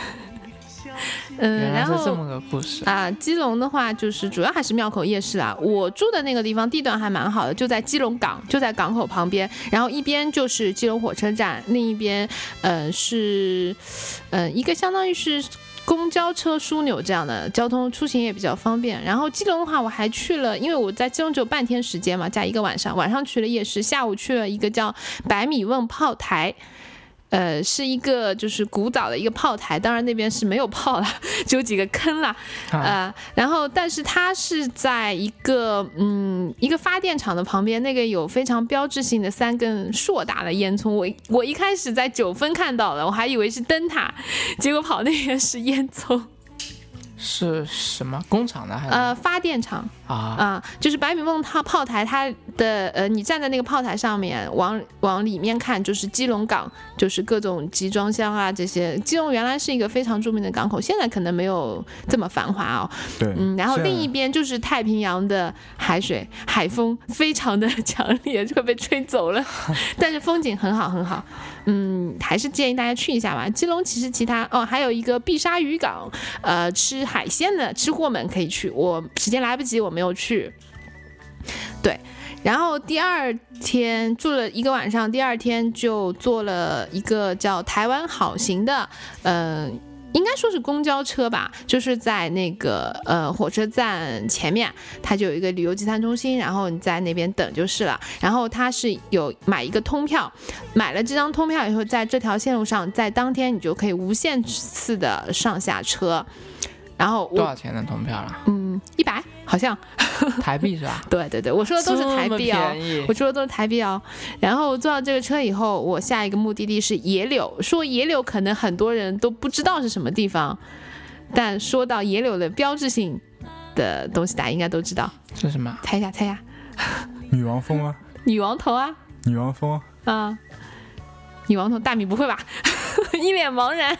嗯，然后是这么个故事啊。基隆的话，就是主要还是庙口夜市啦。我住的那个地方地段还蛮好的，就在基隆港，就在港口旁边。然后一边就是基隆火车站，另一边，嗯、呃，是，嗯、呃，一个相当于是。公交车枢纽这样的交通出行也比较方便。然后基隆的话我还去了，因为我在基隆只有半天时间嘛，加一个晚上，晚上去了夜市，下午去了一个叫百米瓮炮台，呃，是一个就是古早的一个炮台，当然那边是没有炮了，只有几个坑啦，啊、呃，然后但是它是在一个嗯一个发电厂的旁边，那个有非常标志性的三根硕大的烟囱，我我一开始在九分看到了，我还以为是灯塔，结果跑那边是烟囱。 是什么工厂的还是？ 呃，发电厂啊啊、 呃，就是百米瓮它炮台，它的呃，你站在那个炮台上面，往往里面看就是基隆港，就是各种集装箱啊这些。基隆原来是一个非常著名的港口，现在可能没有这么繁华哦。 对， 嗯，然后另一边就是太平洋的海水，海风非常的强烈，就会被吹走了，但是风景很好很好。嗯，还是建议大家去一下吧。基隆其实其他哦，还有一个碧沙渔港，呃，吃海鲜的吃货们可以去。我时间来不及，我没有去。对，然后第二天住了一个晚上，第二天就坐了一个叫台湾好行的，嗯、呃。应该说是公交车吧，就是在那个呃火车站前面，它就有一个旅游集团中心，然后你在那边等就是了。然后它是有买一个通票，买了这张通票以后，在这条线路上，在当天你就可以无限次的上下车。然后多少钱的通票了？ 嗯，一百好像。 台币是吧？ 对对对，我说的都是台币哦，我说的都是台币哦。然后坐到这个车以后，我下一个目的地是野柳。说野柳可能很多人都不知道是什么地方，但说到野柳的标志性的东西，大家应该都知道。 是什么？ 猜一下，猜一下。 女王蜂啊？ 女王头啊？ 女王蜂啊？女王头，大米不会吧？一脸茫然。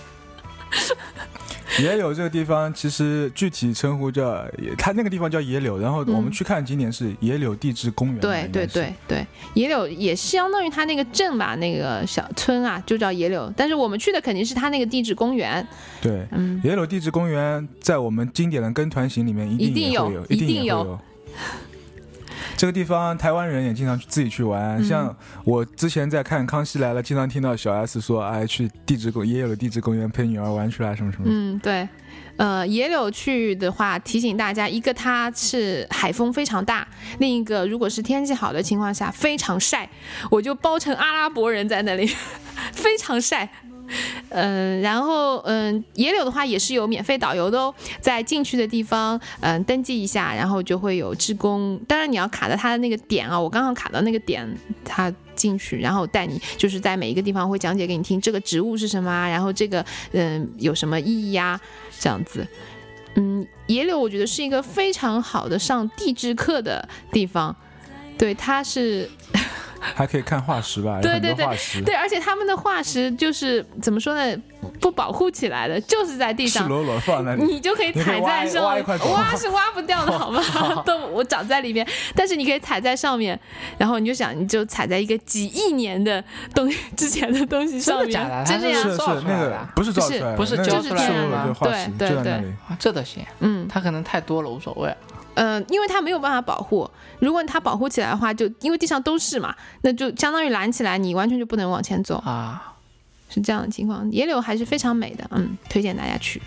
野柳这个地方其实具体称呼叫，它那个地方叫野柳，然后我们去看景点是野柳地质公园、嗯。 对对对对，野柳也相当于它那个镇吧，那个小村啊，就叫野柳。但是我们去的肯定是它那个地质公园。 对，嗯，野柳地质公园在我们经典的跟团行里面一定有， 一定有。这个地方台湾人也经常自己去玩、嗯、像我之前在看康熙来了经常听到小 S 说哎，去地质公也有地质公园陪女儿玩出来什么什么。 嗯，对，呃，野柳去的话提醒大家，一个它是海风非常大，另一个如果是天气好的情况下非常晒，我就包成阿拉伯人在那里非常晒。嗯、呃，然后嗯、呃，野柳的话也是有免费导游的哦，在进去的地方嗯、呃、登记一下，然后就会有志工，当然你要卡在他的那个点啊，我刚好卡到那个点，他进去然后带你就是在每一个地方会讲解给你听这个植物是什么啊，然后这个嗯、呃、有什么意义啊，这样子。嗯，野柳我觉得是一个非常好的上地质课的地方，对，它是还可以看化石吧？ 对对对有很多化石， 对，而且他们的化石就是怎么说呢，不保护起来的，就是在地上赤裸裸放在那里， 你就可以踩在上面， 挖一块挖是挖不掉的，好吗？都我长在里面，但是你可以踩在上面，然后你就想，你就踩在一个几亿年的东西之前的东西上面， 真的假的？ 真的呀， 是是那个不是造出来的， 不是浇出来的吗？ 对对对， 啊，这都行， 嗯， 它可能太多了，无所谓。 呃，因为它没有办法保护，如果它保护起来的话，就因为地上都是嘛，那就相当于拦起来，你完全就不能往前走啊， 是这样的情况。野柳还是非常美的，嗯，推荐大家去。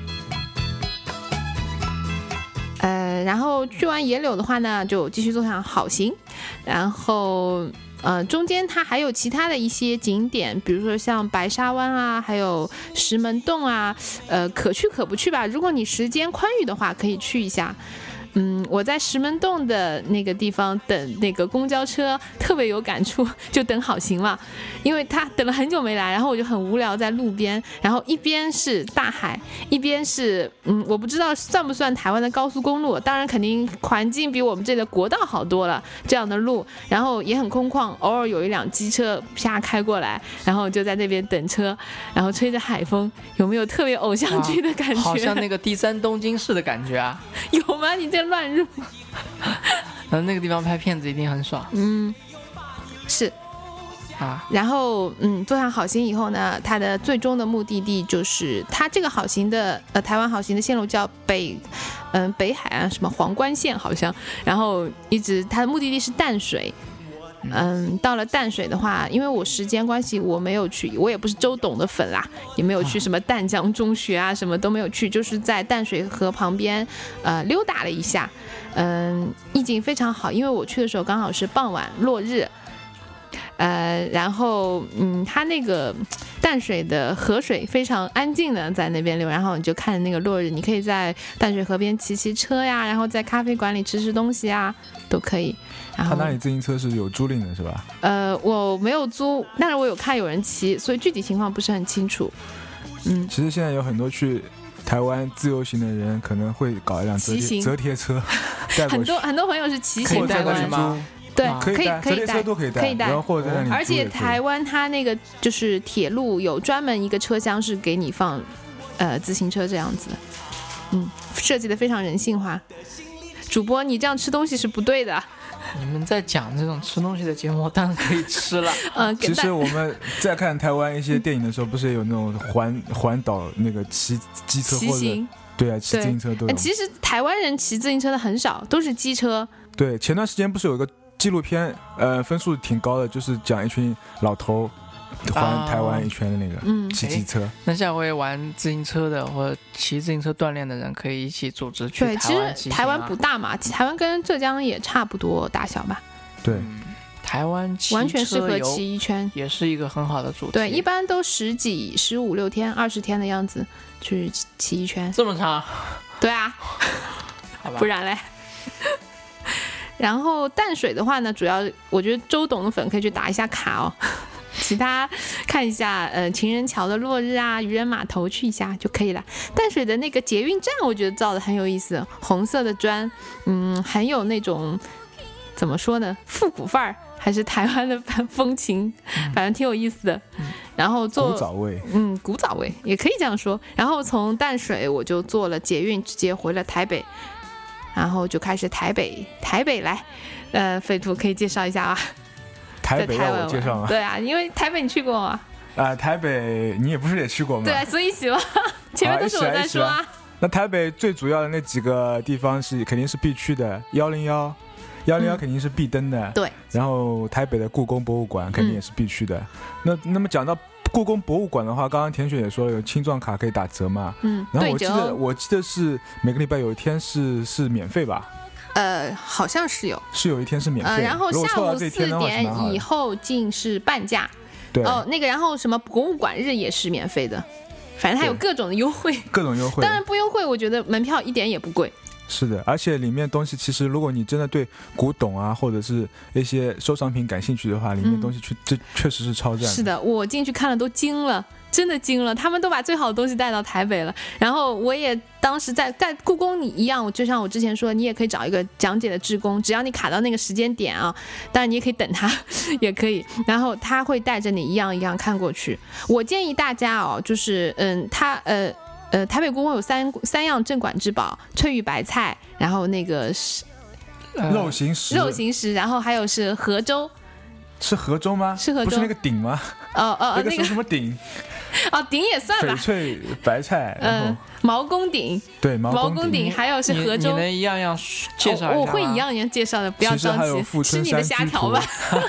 呃，然后去完野柳的话呢，就继续坐上好行，然后呃，中间它还有其他的一些景点，比如说像白沙湾啊，还有石门洞啊，呃，可去可不去吧。如果你时间宽裕的话，可以去一下。嗯，我在石门洞的那个地方等那个公交车，特别有感触，就等好行嘛，因为他等了很久没来，然后我就很无聊在路边，然后一边是大海，一边是嗯，我不知道算不算台湾的高速公路，当然肯定环境比我们这里的国道好多了，这样的路，然后也很空旷，偶尔有一辆机车啪开过来，然后就在那边等车，然后吹着海风，有没有特别偶像剧的感觉？ 好像那个第三东京市的感觉啊， 有吗？你这乱入。 那那个地方拍片子一定很爽。 嗯，是啊。 然后嗯，坐上好行以后呢，它的最终的目的地就是它这个好行的呃台湾好行的线路叫北嗯、呃、北海岸什么皇冠线好像，然后一直它的目的地是淡水。嗯，到了淡水的话，因为我时间关系，我没有去，我也不是周董的粉啦，也没有去什么淡江中学啊，什么都没有去，就是在淡水河旁边，呃，溜达了一下，嗯，意境非常好，因为我去的时候刚好是傍晚落日，呃，然后嗯，它那个淡水的河水非常安静的在那边流，然后你就看那个落日，你可以在淡水河边骑骑车呀，然后在咖啡馆里吃吃东西啊，都可以。 他那里自行车是有租赁的是吧？ 呃，我没有租，但是我有看有人骑，所以具体情况不是很清楚。嗯， 其实现在有很多去台湾自由行的人可能会搞一辆折贴折贴车， 很多很多朋友是骑行带过去吗？对，可以可以带， 都可以带， 可以带。 然后或者在那里而且台湾它那个就是铁路有专门一个车厢是给你放呃自行车这样子，嗯，设计的非常人性化。主播，你这样吃东西是不对的。 你们在讲这种吃东西的节目，当然可以吃了。 嗯， 其实我们在看台湾一些电影的时候，不是有那种环环岛那个骑机车或者对啊，骑自行车都有。 其实台湾人骑自行车的很少，都是机车。 对，前段时间不是有一个纪录片，呃，分数挺高的，就是讲一群老头环台湾一圈的那个，嗯，骑机车。 那下回玩自行车的或者骑自行车锻炼的人，可以一起组织去台湾骑行、啊。 对，其实台湾不大嘛，台湾跟浙江也差不多大小吧。 对， 嗯、台湾骑完全适合骑一圈， 也是一个很好的主题。 对，一般都十几、十五六天、二十天的样子去骑一圈。 这么长？ 对啊， 好吧， 不然嘞。然后淡水的话呢，主要我觉得周董的粉可以去打一下卡哦。其他看一下呃情人桥的落日啊，渔人码头去一下就可以了。淡水的那个捷运站我觉得造的很有意思，红色的砖，嗯，很有那种怎么说呢，复古范儿，还是台湾的风情，反正挺有意思的。然后坐古早味， 嗯，古早味也可以这样说。然后从淡水我就坐了捷运直接回了台北，然后就开始台北台北来，呃，飞图可以介绍一下啊。 台北让我介绍吗？ 对啊，因为台北你去过吗？ 啊、呃，台北你也不是也去过吗？ 对，所以喜欢。前面都是我在说啊。 那台北最主要的那几个地方是肯定是必去的，幺零幺，幺零幺肯定是必登的。 嗯、对。 然后台北的故宫博物馆肯定也是必去的。嗯、那那么讲到故宫博物馆的话，刚刚田雪也说了有青壮卡可以打折嘛。 嗯。 然后我记得我记得是每个礼拜有一天是是免费吧。 呃，好像是有， 是有一天是免费， 呃，然后下午四点以后进是半价， 对， 哦，那个然后什么博物馆日也是免费的，反正它有各种的优惠， 各种优惠， 当然不优惠，我觉得门票一点也不贵。 是的，而且里面东西其实，如果你真的对古董啊，或者是一些收藏品感兴趣的话，里面东西确这、嗯、确实是超赞的。 是的，我进去看了都惊了。 真的惊了，他们都把最好的东西带到台北了。然后我也当时在在故宫你一样，就像我之前说的，你也可以找一个讲解的志工，只要你卡到那个时间点啊，当然你也可以等他也可以，然后他会带着你一样一样看过去。我建议大家哦，就是嗯，他呃呃，台北故宫有三三样镇馆之宝：翠玉白菜，然后那个是、 呃、肉形石， 肉形石，然后还有是河州。 是河州吗？ 是河州， 不是那个鼎吗？ 哦哦， 那个什么鼎？ 哦，鼎也算吧。 翡翠白菜， 嗯、呃，毛公鼎， 对， 毛公鼎，还有是河州。 你能一样样介绍一下吗？ 哦、我会一样一样介绍的，不要着急，吃你的虾条吧。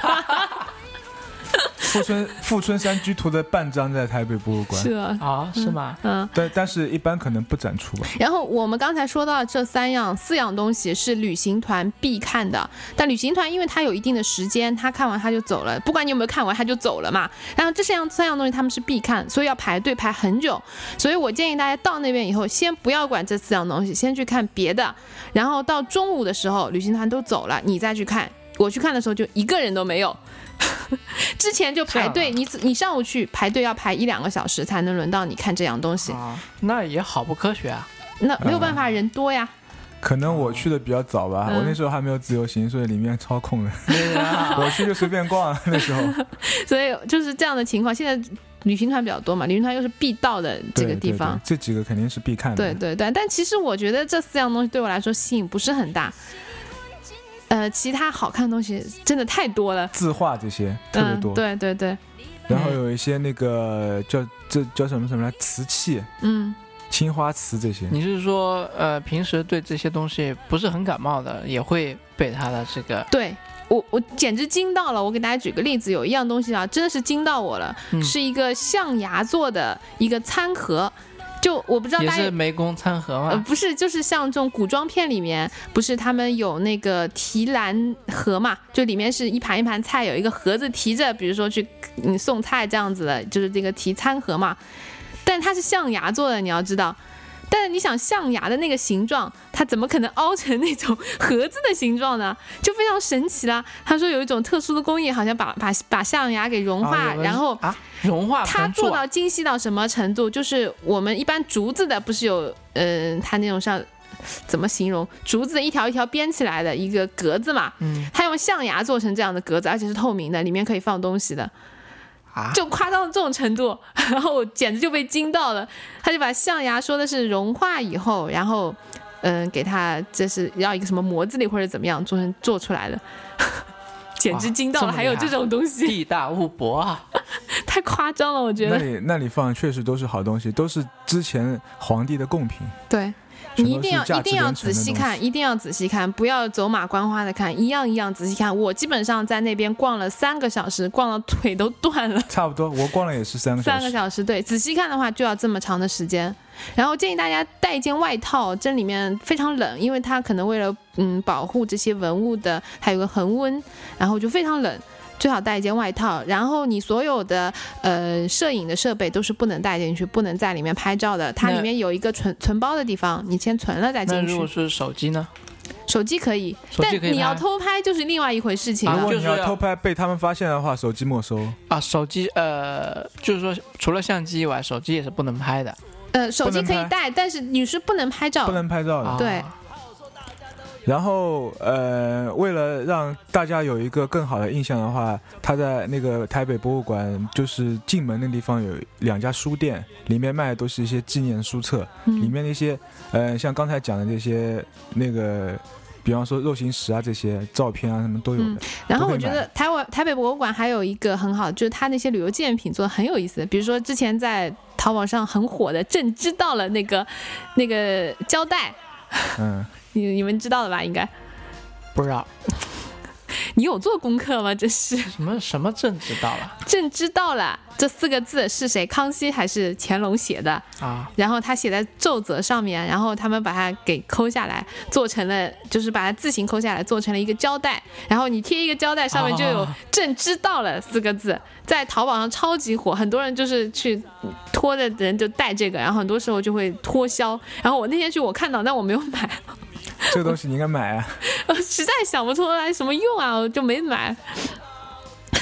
富春富春山居图的半张在台北博物馆， 是啊， 啊、是吗？ 嗯， 但但是一般可能不展出吧。 然后我们刚才说到这三样四样东西是旅行团必看的，但旅行团因为它有一定的时间，他看完他就走了，不管你有没有看完他就走了嘛。然后这三样三样东西他们是必看，所以要排队排很久。所以我建议大家到那边以后，先不要管这四样东西，先去看别的。然后到中午的时候，旅行团都走了，你再去看。我去看的时候就一个人都没有。之前就排队，你你上午去排队要排一两个小时才能轮到你看这样东西， 啊、那也好不科学啊。 那没有办法，人多呀。 嗯、可能我去的比较早吧、嗯，我那时候还没有自由行，所以里面超空的。我去就随便逛那时候。 所以就是这样的情况。现在旅行团比较多嘛，旅行团又是必到的这个地方， 对对对，这几个肯定是必看的。 对对对，但其实我觉得这四样东西对我来说吸引不是很大。呃，其他好看的东西真的太多了， 字画这些特别多、 嗯、对对对， 然后有一些那个叫这叫什么什么来瓷器， 嗯， 青花瓷这些。 你是说呃平时对这些东西不是很感冒的也会被它的这个？ 对，我我简直惊到了。我给大家举个例子，有一样东西啊真的是惊到我了、嗯、是一个象牙做的一个餐盒，就我不知道大家也是湄公餐盒吗？ 呃，不是，就是像这种古装片里面，不是他们有那个提篮盒嘛，就里面是一盘一盘菜，有一个盒子提着，比如说去嗯送菜这样子的，就是这个提餐盒嘛。但它是象牙做的，你要知道。但是你想象牙的那个形状，它怎么可能凹成那种盒子的形状呢？就非常神奇啦。他说有一种特殊的工艺，好像把把把象牙给融化， 啊、 然后啊融化， 它做到精细到什么程度？就是我们一般竹子的不是有，嗯、呃，它那种像怎么形容？竹子的一条一条编起来的一个格子嘛， 嗯， 它用象牙做成这样的格子，而且是透明的，里面可以放东西的。就夸张到这种程度，然后我简直就被惊到了。他就把象牙说的是融化以后，然后嗯、呃，给它这是要一个什么模子里或者怎么样做成做出来的，简直惊到了。还有这种东西， 地大物博啊， 太夸张了，我觉得。 那里那里放确实都是好东西，都是之前皇帝的贡品。 对。你一定要一定要仔细看，一定要仔细看，不要走马观花的看，一样一样仔细看。我基本上在那边逛了三个小时，逛到腿都断了。 差不多，我逛了也是三个小时。 三个小时，对，仔细看的话就要这么长的时间。然后建议大家带一件外套，这里面非常冷，因为它可能为了嗯保护这些文物的，还有个恒温，然后就非常冷。最好带一件外套，然后你所有的呃摄影的设备都是不能带进去，不能在里面拍照的。它里面有一个存存包的地方，你先存了再进去。 那如果是手机呢？ 手机可以， 手机可以， 但你要偷拍就是另外一回事情了。 如果你要偷拍被他们发现的话，手机没收啊。手机呃，就是说除了相机以外，手机也是不能拍的。 呃，手机可以带，但是你是不能拍照， 不能拍照的。 啊、 对。 然后呃，为了让大家有一个更好的印象的话，他在那个台北博物馆就是进门那地方有两家书店，里面卖的都是一些纪念书册， 嗯、 里面那些呃像刚才讲的这些那个比方说肉形石啊这些照片啊什么都有的、嗯、 然后我觉得台湾台北博物馆还有一个很好，就是它那些旅游纪念品做的很有意思，比如说之前在淘宝上很火的朕知道了那个那个胶带， 嗯你你们知道的吧？应该不知道。 你有做功课吗？这是什么什么朕知道了？ 朕知道了这四个字是谁？康熙还是乾隆写的啊？ 然后他写在奏折上面，然后他们把它给抠下来，做成了，就是把它字形抠下来，做成了一个胶带。然后你贴一个胶带，上面就有“朕知道了”四个字，在淘宝上超级火，很多人就是去拖的人就带这个，然后很多时候就会脱销。然后我那天去我看到，但我没有买。 这个东西你应该买啊！ 我实在想不出来什么用啊，我就没买。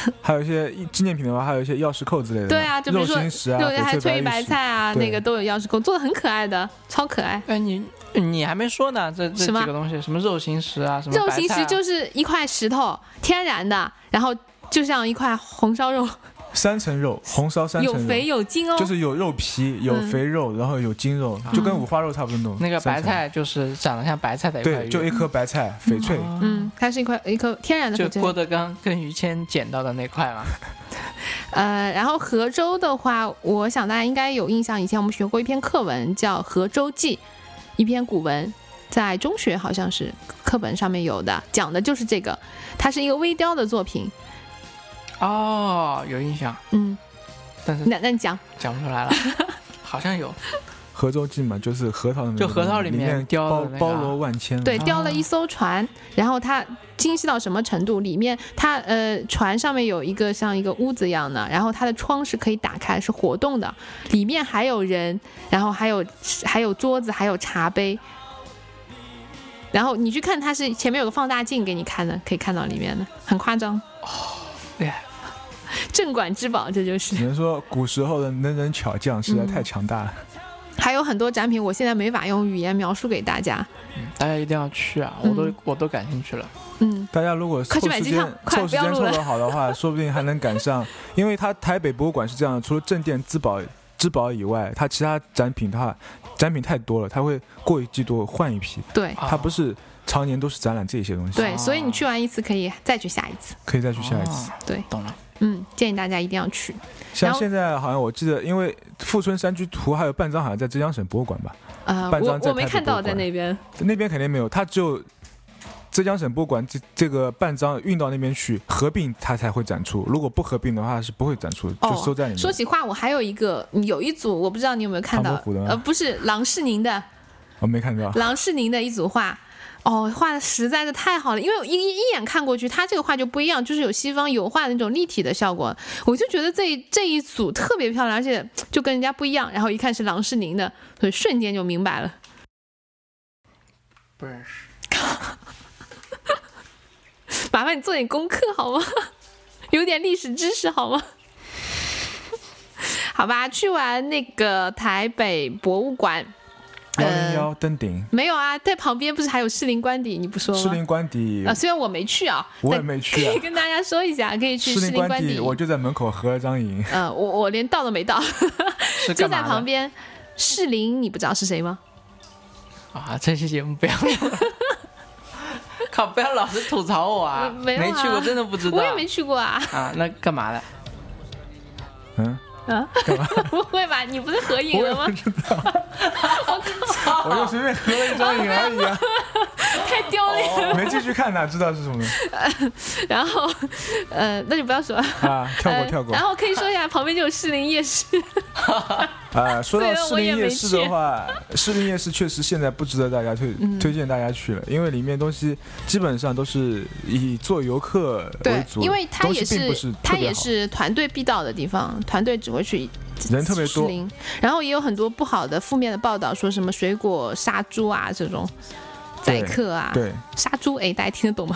还有一些纪念品的话，还有一些钥匙扣之类的。 对啊，就比如说肉心石啊， 对，还有翠玉白菜啊，那个都有钥匙扣，做的很可爱的，超可爱。 哎，你你还没说呢，这这几个东西，什么肉心石啊，什么肉心石就是一块石头，天然的，然后就像一块红烧肉。 三层肉，红烧三层肉， 有肥有筋哦， 就是有肉皮，有肥肉，嗯、然后有筋肉，就跟五花肉差不多那种。 那个白菜就是长得像白菜的一块对，就一颗白菜，翡翠。 嗯，它是一块一颗天然的翡翠。 就郭德纲跟于谦捡到的那块嘛。 呃，然后河州的话，我想大家应该有印象，以前我们学过一篇课文叫《河州记》，一篇古文，在中学好像是课本上面有的，讲的就是这个，它是一个微雕的作品。 哦，有印象， 嗯， 但是那那你讲讲不出来了，好像有。 河州记嘛，就是核桃的， 就核桃里面雕的、那个、 包罗万千。 对，雕了一艘船，然后它精细到什么程度？里面它呃船上面有一个像一个屋子一样的，然后它的窗是可以打开，是活动的，里面还有人，然后还有还有桌子，还有茶杯。然后你去看，它是前面有个放大镜给你看的，可以看到里面的，很夸张。 哦，对。 镇馆之宝，这就是只能说古时候的能人巧匠实在太强大了、嗯、 还有很多展品我现在没法用语言描述给大家、 嗯、大家一定要去啊，我都、嗯、我都感兴趣了。 嗯， 大家如果凑时间凑时间凑得好的话，说不定还能赶上。因为它台北博物馆是这样的，除了镇店之宝之宝以外，它其他展品的话展品太多了，它会过一季度换一批。 对， 它不是常年都是展览这些东西。 对，所以你去完一次可以再去下一次， 可以再去下一次、 哦、 对， 懂了。 嗯，建议大家一定要去。 像现在好像我记得，因为富春山居图还有半张好像在浙江省博物馆吧？ 呃， 半张在我我没看到在那边， 那边肯定没有，它只有浙江省博物馆这这个半张运到那边去合并，它才会展出。如果不合并的话，是不会展出，就收在里面。 哦、说起话，我还有一个有一组，我不知道你有没有看到，呃，不是郎世宁的， 我没看到郎世宁的一组画。哦，画的实在是太好了，因为一一眼看过去，他这个画就不一样，就是有西方油画的那种立体的效果，我就觉得这这一组特别漂亮，而且就跟人家不一样。然后一看是郎世宁的，所以瞬间就明白了。 不认识。 麻烦你做点功课好吗？有点历史知识好吗？好吧，去完那个台北博物馆。 幺零幺登顶、呃、 没有啊，在旁边不是还有士林官邸？你不说吗？ 士林官邸啊，虽然我没去啊， 我也没去、啊， 可以跟大家说一下，可以去士林官邸。 我就在门口合了张影。 嗯、呃，我我连到都没到，就在旁边。士林，你不知道是谁吗？ 啊，这期节目不要了。靠，不要老是吐槽我啊！ 没, 没去过，真的不知道。 我也没去过啊。 啊，那干嘛的？ 嗯。 啊，不会吧？你不是合影了吗？ 我也不知道。 我靠！ 我就随便合了一张影而已啊。 太丢脸了。 哦、没继续看哪知道是什么、 呃？然后，呃，那就不要说了啊，跳过跳过、 呃。然后可以说一下，旁边就有士林夜市。 啊，说到士林夜市的话，士林夜市确实现在不值得大家推、嗯、推荐大家去了，因为里面东西基本上都是以做游客为主， 对，因为它也是, 是它也是团队必到的地方，团队只会去。 人特别多， 然后也有很多不好的负面的报道，说什么水果杀猪啊这种宰客啊， 对， 杀猪，哎，大家听得懂吗？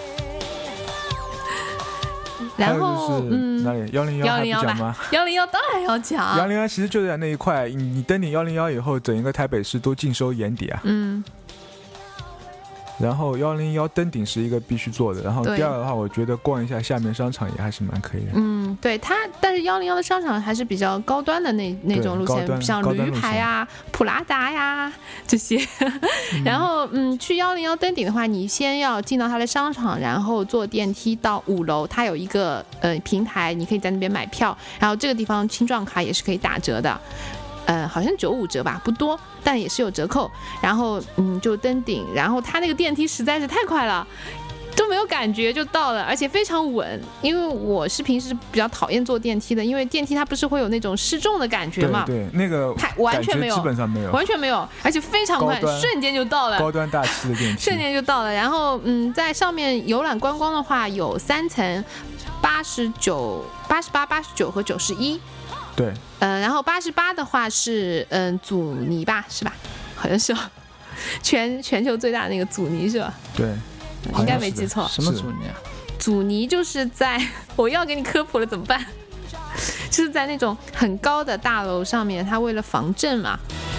然后嗯，哪里幺零幺还不讲吗？ 幺零幺当然要讲， 幺零幺其实就在那一块，你登顶幺零幺以后，整一个台北市都尽收眼底啊。 嗯。 然后幺零幺登顶是一个必须做的，然后第二个的话，我觉得逛一下下面商场也还是蛮可以的。 嗯，对它，但是幺零幺的商场还是比较高端的那那种路线，像驴牌呀、普拉达呀这些。然后，嗯，去幺零幺登顶的话，你先要进到它的商场，然后坐电梯到五楼，它有一个呃平台，你可以在那边买票，然后这个地方青壮卡也是可以打折的。呃，好像九五折吧，不多，但也是有折扣。然后，嗯，就登顶，然后它那个电梯实在是太快了，都没有感觉就到了，而且非常稳。因为我是平时比较讨厌坐电梯的，因为电梯它不是会有那种失重的感觉嘛？ 对对，那个它完全没有， 基本上没有， 完全没有，而且非常快，瞬间就到了， 高端大气的电梯， 瞬间就到了。然后，嗯，在上面游览观光的话，有三层，八十九、八十八、八十九和九十一。 对， 呃，然后八十八的话是嗯、呃、阻尼吧，是吧？好像是全全球最大的那个阻尼是吧？ 对， 应该没记错。 什么阻尼啊？ 阻尼就是在我要给你科普了怎么办？就是在那种很高的大楼上面，它为了防震嘛，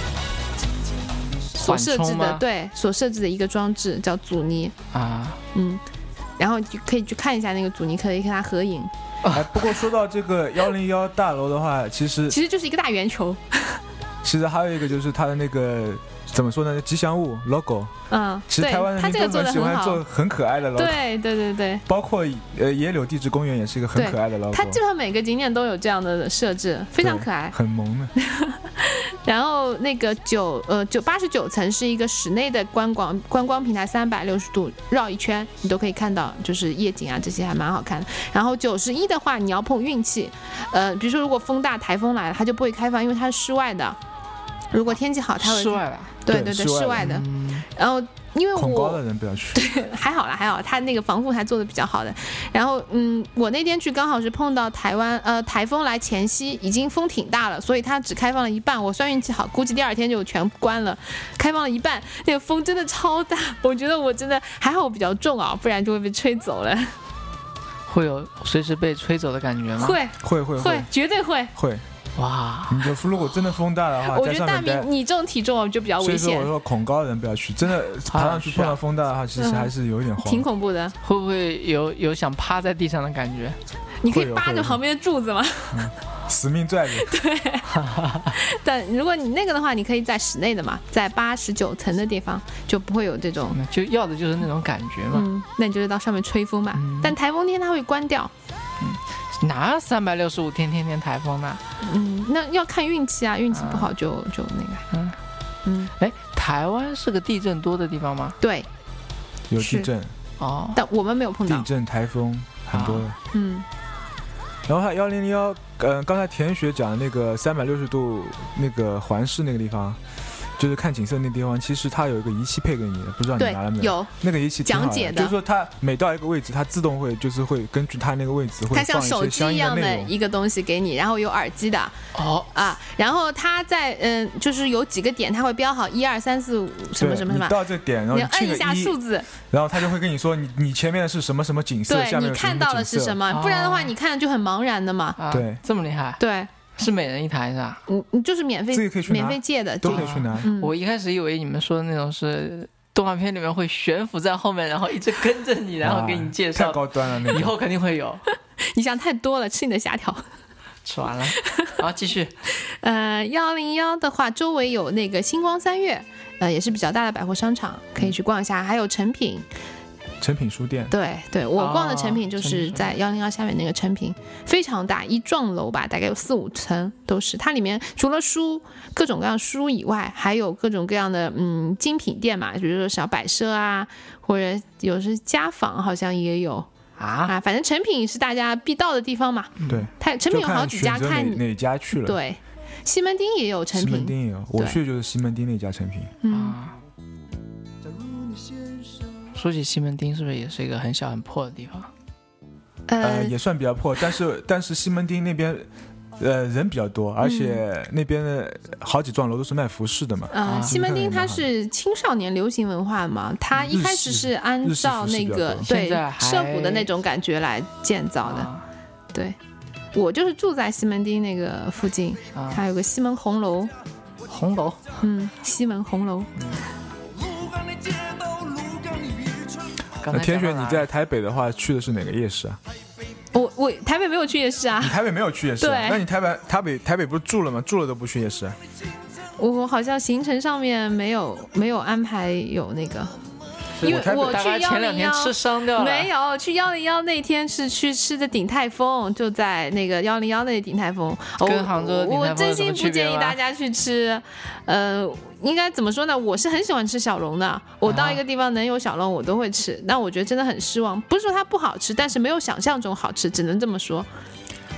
所设置的对所设置的一个装置叫阻尼啊， 嗯，然后就可以去看一下那个阻尼，可以跟它合影。 哎，不过说到这个一零一大楼的话，其实其实就是一个大圆球。 其实还有一个就是它的那个怎么说呢，吉祥物 logo。嗯，其实台湾人民都很喜欢做很可爱的 logo。 对对对对， 包括呃野柳地质公园也是一个很可爱的 logo。 它基本上每个景点都有这样的设置，非常可爱， 很萌的。 然后那个九呃九八十九层是一个室内的观光观光平台，三百六十度绕一圈，你都可以看到，就是夜景啊这些还蛮好看的。然后九十一的话，你要碰运气，呃，比如说如果风大台风来了，它就不会开放，因为它是室外的。如果天气好，它会室外的， 对对对，室外的。嗯、然后因为我恐高的人不要去， 对，还好啦，还好，它那个防护还做的比较好的。然后嗯，我那天去刚好是碰到台湾呃台风来前夕，已经风挺大了，所以它只开放了一半。我算运气好，估计第二天就全关了，开放了一半。那个风真的超大，我觉得我真的还好，我比较重啊，不然就会被吹走了。 会有随时被吹走的感觉吗？ 会会会会，绝对会会。 哇！ 你就如果真的风大的话， 我觉得大明你这种体重就比较危险。 所以说我说恐高的人不要去，真的爬上去碰到风大的话，其实还是有一点慌， 挺恐怖的。 会不会有有想趴在地上的感觉？ 你可以扒着旁边的柱子吗？ 嗯、死命拽着。 对。但如果你那个的话，你可以在室内的嘛，在八十九层的地方就不会有这种， 就要的就是那种感觉嘛。 嗯，那你就是到上面吹风嘛。嗯、但台风天它会关掉。 嗯。哪三百六十五天天天台风呢？ 嗯，那要看运气啊，运气不好就、啊、就那个。嗯嗯，哎，台湾是个地震多的地方吗？ 对， 有地震哦， 但我们没有碰到地震、台风很多的。 啊、嗯， 然后还幺零零幺，呃，刚才田雪讲的那个三百六十度那个环视那个地方。就是看景色那地方，其实它有一个仪器配给你的，不知道你拿了没有？ 有那个仪器讲解的， 就是说它每到一个位置，它自动会就是会根据它那个位置会放一些相应的内容，它像手机一样的一个东西给你，然后有耳机的哦啊，然后它在嗯、呃，就是有几个点，它会标好一二三四五什么什么什么， 你到这点，然后你按一下数字， 然后它就会跟你说你你前面的是什么什么景色， 对， 下面你看到的是什么，不然的话你看就很茫然的嘛。 啊、 对， 这么厉害， 对。 是每人一台是吧？ 嗯，你就是免费， 自己可以去免费借的， 都可以去拿。 嗯、 我一开始以为你们说的那种是动画片里面会悬浮在后面，然后一直跟着你，然后给你介绍。 太高端了，那个以后肯定会有。 你想太多了，吃你的虾条。 吃完了，好继续。 呃，幺零幺的话，周围有那个星光三月，呃，也是比较大的百货商场，可以去逛一下，还有诚品。 诚品书店， 对对，我逛的诚品就是在幺零幺下面那个诚品，哦、非常大，一幢楼吧，大概有四五层都是。它里面除了书，各种各样书以外，还有各种各样的嗯精品店嘛，比如说小摆设啊，或者有时家纺好像也有啊啊，反正诚品是大家必到的地方嘛。 对， 它诚品有好几家，看哪家去了。 对，西门町也有诚品， 西门町也有，我去的就是西门町那家诚品。 嗯。 啊说起西门町，是不是也是一个很小很破的地方？ 呃，也算比较破，但是但是西门町那边，呃，人比较多，而且那边的好几幢楼都是卖服饰的嘛。 呃，西门町它是青少年流行文化嘛，它一开始是按照那个对涩谷的那种感觉来建造的。啊、对，我就是住在西门町那个附近，啊、它有个西门红楼。 红楼， 嗯，西门红楼。嗯那天雪，你在台北的话，去的是哪个夜市啊？ 我我台北没有去夜市啊。 你台北没有去夜市、啊？ 对。 那你台北台北台北不是住了吗？住了都不去夜市、啊？ 我好像行程上面没有没有安排有那个，因为我去幺零幺吃伤掉了。 没有去幺零幺那天是去吃的鼎泰丰，就在那个幺零幺那鼎泰丰。 跟杭州的鼎泰丰有什么区别吗？ 我真心不建议大家去吃，呃。应该怎么说呢？我是很喜欢吃小笼的，我到一个地方能有小笼我都会吃，但我觉得真的很失望。不是说它不好吃，但是没有想象中好吃，只能这么说。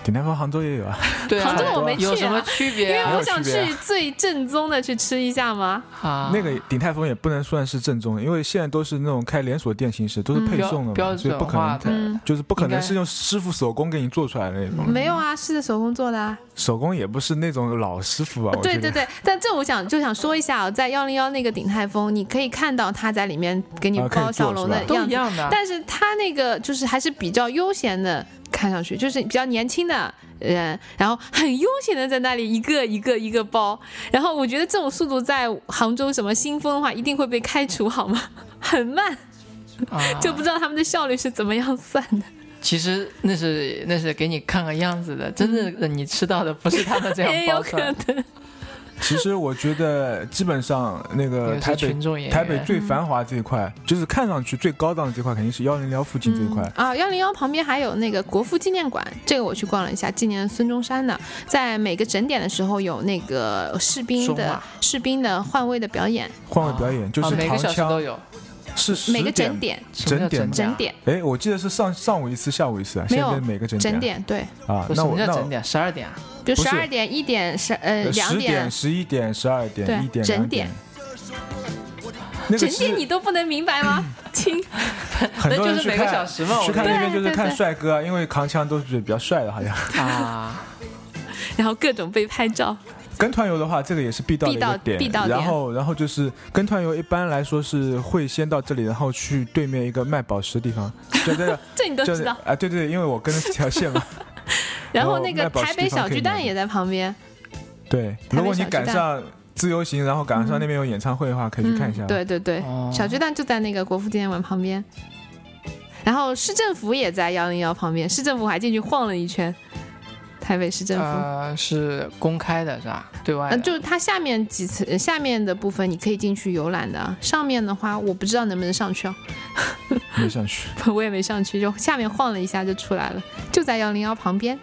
鼎泰丰杭州也有啊。 对啊， 杭州我没去啊有什么区别啊？ 因为我想没有区别啊去最正宗的去吃一下嘛。 啊， 那个鼎泰丰也不能算是正宗的，因为现在都是那种开连锁店形式，都是配送的嘛， 标标所以不可能准化的， 嗯就是不可应该能是用师傅手工给你做出来的那种。 没有啊，是手工做的啊。 手工也不是那种老师傅吧？我觉得对对对，但这我想就想说一下啊，在幺零幺那个鼎泰丰，你可以看到他在里面给你啊可以包小笼的做是吧都样子， 一样的。 但是他那个就是还是比较悠闲的，看上去就是比较年轻的人，然后很悠闲的在那里一个一个一个包，然后我觉得这种速度在杭州什么新丰的话一定会被开除好吗？很慢， 啊， 就不知道他们的效率是怎么样算的。 其实那是那是给你看个样子的，真正的你吃到的不是他们这样也有可包出来的。 能。 其实我觉得基本上那个也是台北群众演员台北最繁华这一块，就是看上去最高档的这块，肯定是幺零幺附近这一块。 嗯、啊，幺零幺旁边还有那个国父纪念馆，这个我去逛了一下，纪念孙中山的。在每个整点的时候有那个士兵的松马士兵的换位的表演， 换位表演就是扛啊每个小时都枪， 有。 是十每个点整点什么叫整点整点哎，我记得是上上午一次，下午一次啊， 没有现在每个整整点点对， 啊。 不是什么那我那我叫整点？十二点啊？ 不是比如十二点、一点、十呃两十点、十一点、十二点、 对一点、 整两点点， 那个整点你是都不能明白吗？亲， 很多人去那就是每个看小时嘛， 去看我那边就是看对对对帅哥啊，因为扛枪都是比较帅的，好像。 啊， 然后各种被拍照， 跟团游的话，这个也是必到的一必到个点。 必到点然后，然后就是跟团游一般来说是会先到这里，然后去对面一个卖宝石的地方。就这个， 这你都就是知道。 啊，对对，因为我跟着这条线嘛。 然后那个卖宝石台北小巨蛋也在旁边， 对，如果你赶上自由行，然后赶上那边有演唱会的话，可以去看一下。 嗯。对对对， 哦小巨蛋就在那个国父纪念馆旁边。然后市政府也在幺零幺旁边，市政府还进去晃了一圈。台北市政府， 呃，是公开的是吧？对外嗯、 的。 就是它下面几层，呃下面的部分你可以进去游览的，上面的话我不知道能不能上去哦， 没上去。 我也没上去，就下面晃了一下就出来了，就在幺零幺旁边。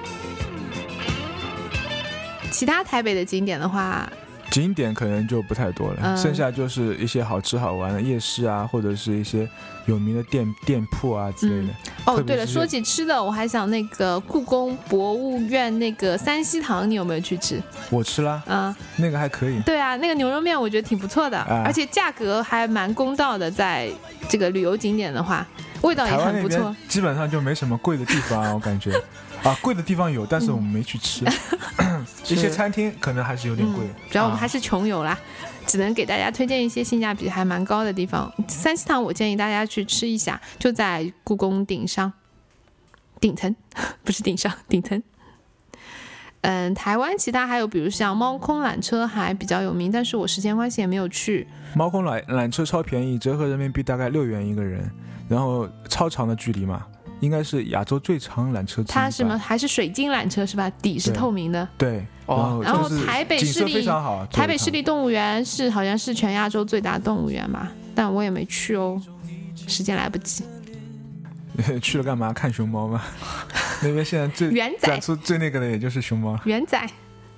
其他台北的景点的话， 景点可能就不太多了， 嗯剩下就是一些好吃好玩的夜市啊，或者是一些有名的店店铺啊之类的。 哦，对了， 特别是说起吃的，我还想那个故宫博物院那个三希堂，你有没有去吃？ 我吃啦， 啊、 那个还可以。 对啊，那个牛肉面我觉得挺不错的， 啊而且价格还蛮公道的，在这个旅游景点的话，味道也台湾那很不错边。基本上就没什么贵的地方啊，我感觉。啊，贵的地方有，但是我们没去吃。一些餐厅可能还是有点贵。 嗯，主要我们还是穷游啦，只能给大家推荐一些性价比还蛮高的地方。三希堂我建议大家去吃一下，就在故宫顶上，顶层不是顶上，顶层。嗯，台湾其他还有比如像猫空缆车还比较有名，但是我时间关系也没有去。 猫空缆缆车超便宜，折合人民币大概六元一个人，然后超长的距离嘛，应该是亚洲最长缆车之一吧。 它什么还是水晶缆车是吧？底是对透明的。 对， 哦然后就是然后台北景色市立非常好。 台北市立立动物园是好像是全亚洲最大动物园吧，但我也没去哦，时间来不及。 去了干嘛？看熊猫吗？那边现在最元仔展出最那个的也就是熊猫。 元仔，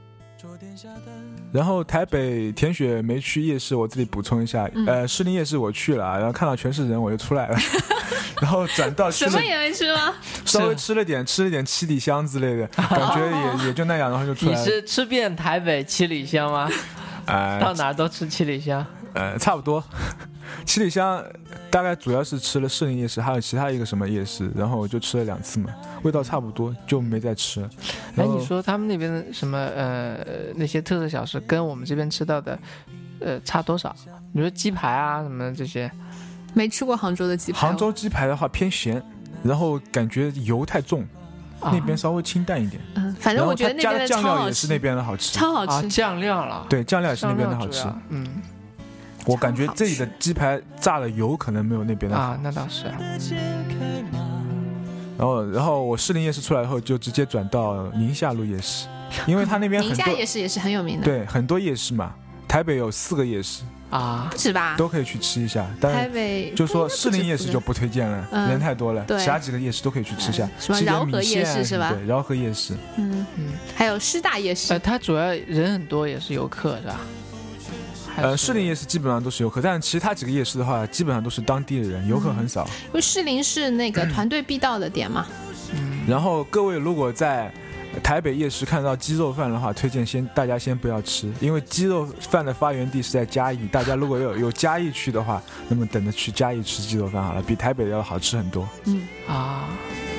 然后台北田雪没去夜市，我这里补充一下， 嗯呃，士林夜市我去了，然后看到全是人我就出来了，然后转到吃了什么也没吃吗？ 稍微吃了点吃了点七里香之类的，感觉也也就那样，然后就出你来了。 是吃遍台北七里香吗？到呃哪儿都吃七里香。 呃，差不多。七里香大概主要是吃了士林夜市，还有其他一个什么夜市，然后我就吃了两次嘛，味道差不多，就没再吃了。 哎， 然后你说他们那边的什么呃那些特色小吃跟我们这边吃到的呃差多少？比如说鸡排啊什么的这些。 没吃过杭州的鸡排哦。 杭州鸡排的话偏咸，然后感觉油太重， 啊那边稍微清淡一点。 嗯，反正然后我觉得那边的它加的酱超好吃， 料也是那边的好吃， 啊超好吃。 酱料了。 对，酱料也是那酱边的好吃。 料主要。嗯我感觉这里的鸡排炸的油可能没有那边的好。 啊，那倒是。 然后，然后我士林夜市出来以后，就直接转到宁夏路夜市，因为它那边宁很多夏夜市也是很有名的， 对很多夜市嘛，台北有四个夜市啊不止吧？ 都可以去吃一下，但台是北就说士林夜市就不推荐了， 嗯人太多了， 对其他几个夜市都可以去吃下， 嗯什么吃点饶河米线啊夜市是吧对，饶河夜市。 嗯， 嗯， 还有师大夜市呃，，它主要人很多，也是游客是吧？还呃， 是士林夜市基本上都是游客，但是其他几个夜市的话，基本上都是当地的人，游客很少。 因为士林是那个团队必到的点嘛。 嗯然后各位如果在台北夜市看到鸡肉饭的话，推荐先大家先不要吃，因为鸡肉饭的发源地是在嘉义，大家如果有有嘉义去的话，那么等着去嘉义吃鸡肉饭好了，比台北的要好吃很多。 嗯啊。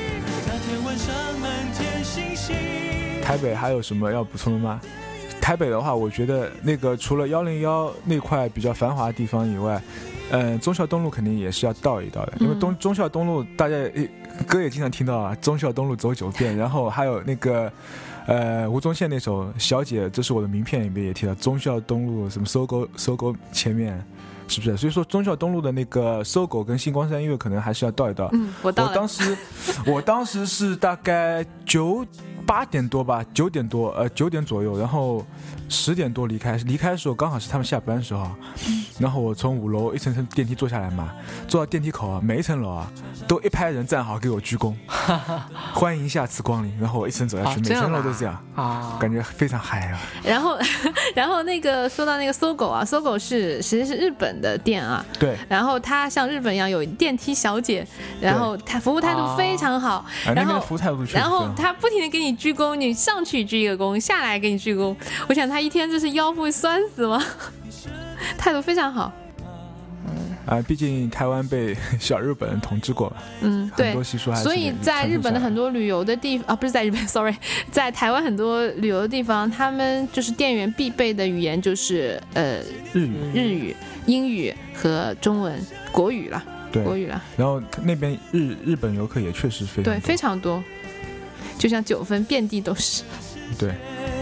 台北还有什么要补充的吗？台北的话，我觉得那个除了幺零幺那块比较繁华的地方以外，嗯、呃，忠孝东路肯定也是要到一到的，因为东忠孝东路大家歌也经常听到啊，忠孝东路走九遍，然后还有那个呃吴宗宪那首《小姐这是我的名片》里面也提到忠孝东路什么搜狗搜狗前面。是不是？所以说忠孝东路的那个搜狗跟星光三月可能还是要到一到。 嗯，我到了。 我当时，我当时是大概九八点多吧，九点多，呃，九点左右，然后十点多离开。离开的时候刚好是他们下班的时候，然后我从五楼一层层电梯坐下来嘛，坐到电梯口啊，每一层楼啊都一排人站好给我鞠躬，欢迎下次光临。然后我一层走下去， 啊、 每层楼都这样啊， 感觉非常嗨啊。 然后，然后那个说到那个搜狗啊，搜狗是其实是日本的店啊， 对。 然后它像日本一样有电梯小姐，然后它服务态度非常好， 啊、 然后服务态度然后他不停的给你鞠躬，你上去鞠一个躬，下来给你鞠躬。我想他一天这是腰不会酸死吗？态度非常好。 啊，毕竟台湾被小日本人统治过， 嗯，对， 很多习俗还是所以在日本的很多旅游的地方啊，不是在日本 ，sorry， 在台湾很多旅游的地方，他们就是店员必备的语言就是呃日语、 日语、英语和中文、国语了， 对， 国语了。 然后那边日日本游客也确实非常多， 对，非常多，就像九份遍地都是。 对。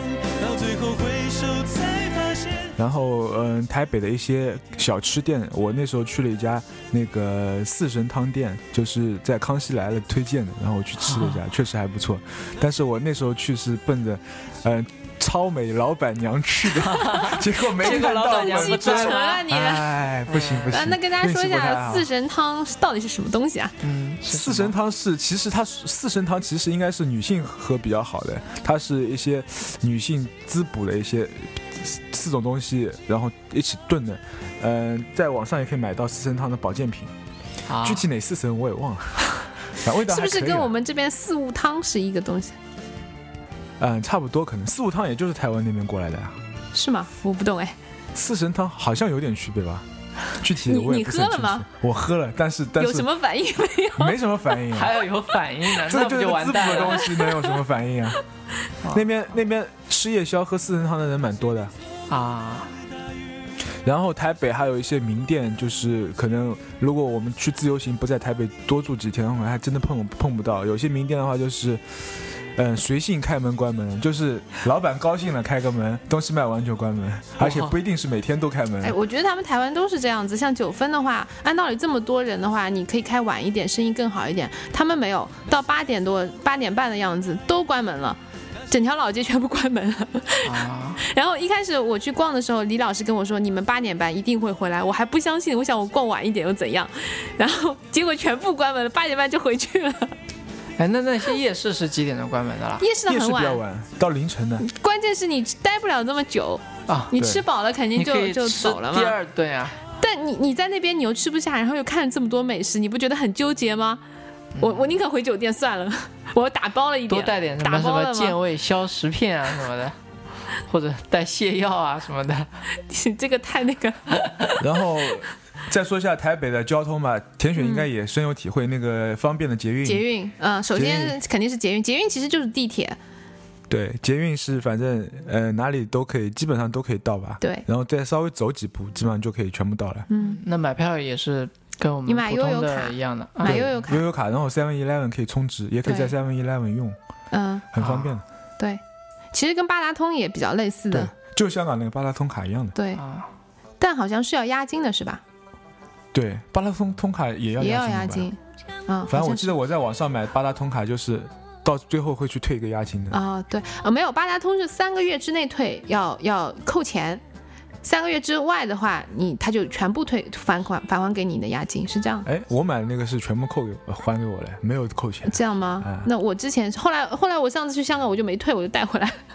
然后嗯、呃，台北的一些小吃店，我那时候去了一家那个四神汤店，就是在康熙来了推荐的，然后我去吃了一下，确实还不错。但是我那时候去是奔着嗯、呃、超美老板娘去的，结果没看到老板娘记不成了你。 哎，不行不行。 那跟大家说一下四神汤到底是什么东西啊？ 嗯， 四神汤是其实它四神汤其实应该是女性喝比较好的，它是一些女性滋补的一些。四种东西，然后一起炖的，嗯、呃，在网上也可以买到四神汤的保健品，啊、具体哪四神我也忘了，味道还可以。 是不是跟我们这边四物汤是一个东西？ 嗯，差不多，可能四物汤也就是台湾那边过来的呀。 是吗？我不懂哎。 四神汤好像有点区别吧？具体我也不你喝了吗？ 我喝了，但是但是有什么反应没有？ 没什么反应、啊， 还要有反应呢， 这个就是滋补的东西，能有什么反应啊？那边那边吃夜宵喝四神汤的人蛮多的啊。 然后台北还有一些名店，就是可能如果我们去自由行不在台北多住几天的话，还真的碰碰不到。有些名店的话就是。嗯，随性开门关门，就是老板高兴了开个门，东西卖完就关门，而且不一定是每天都开门。 哎，我觉得他们台湾都是这样子。像九份的话，按道理这么多人的话，你可以开晚一点，生意更好一点。他们没有，到八点多、八点半的样子都关门了，整条老街全部关门了。啊、然后一开始我去逛的时候，李老师跟我说你们八点半一定会回来，我还不相信，我想我逛晚一点又怎样？然后结果全部关门了，八点半就回去了。 哎，那那些夜市是几点钟关门的啦？ 夜市的很晚， 夜市比较晚，到凌晨的。 关键是你待不了这么久啊，你吃饱了肯定就就走了嘛。 第二顿啊。 但你你在那边你又吃不下，然后又看了这么多美食，你不觉得很纠结吗？嗯、我我宁可回酒店算了，我打包了一点， 多带点什么什么健胃消食片啊什么的，或者带泻药啊什么的。 你这个太那个。 然后。再说一下台北的交通吧，田雪应该也深有体会，嗯、那个方便的捷运。 捷运，嗯、呃，首先肯定是捷运，捷运其实就是地铁。 对，捷运是反正呃哪里都可以，基本上都可以到吧。 对。 然后再稍微走几步，基本上就可以全部到了。 嗯， 那买票也是跟我们普通的一样的， 买悠游卡， 悠游卡，然后 seven eleven 可以充值，也可以在 seven eleven 用， 嗯， 很方便的。 对，其实跟八达通也比较类似的， 就香港那个八达通卡一样的。 对，啊、但好像是要押金的，是吧？ 对，八达通通卡也要也要押金， 嗯，反正我记得我在网上买八达通卡，就是到最后会去退一个押金的。 啊、哦，对，啊，没有，八达通是三个月之内退，要要扣钱，三个月之外的话，你他就全部退返款返还给你的押金，是这样。 哎，我买的那个是全部扣给我还给我了，没有扣钱。 这样吗？嗯、那我之前后来后来我上次去香港我就没退，我就带回来。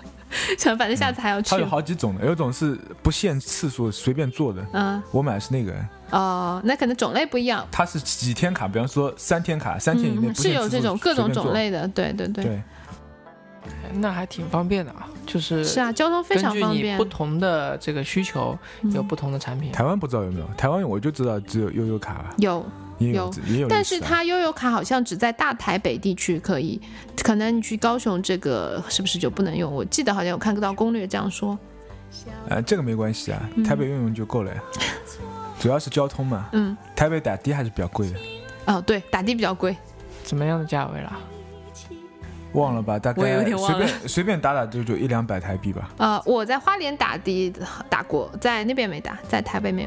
想反正下次还要去。 它有好几种的，有一种是不限次数随便做的， 嗯， 我买的是那个。 哦，那可能种类不一样。 它是几天卡，比方说三天卡，三天以内不限次数、 嗯、是有这种各种种类的，对对对。 对， 那还挺方便的啊，就是是啊，交通非常方便。 根据你不同的这个需求，有不同的产品。 嗯、台湾不知道有没有？台湾我就知道只有悠游卡， 有。 也有, 有也有、啊， 但是它悠游卡好像只在大台北地区可以，可能你去高雄这个是不是就不能用？我记得好像有看到攻略这样说。 呃，这个没关系啊，台北用用就够了呀。嗯、主要是交通嘛。嗯。台北打的还是比较贵的。 哦，对，打的比较贵。 怎么样的价位啦？ 忘了吧，大概我有点忘了， 随便随便打打就就一两百台币吧。 呃，我在花莲打的打过，在那边没打，在台北没有。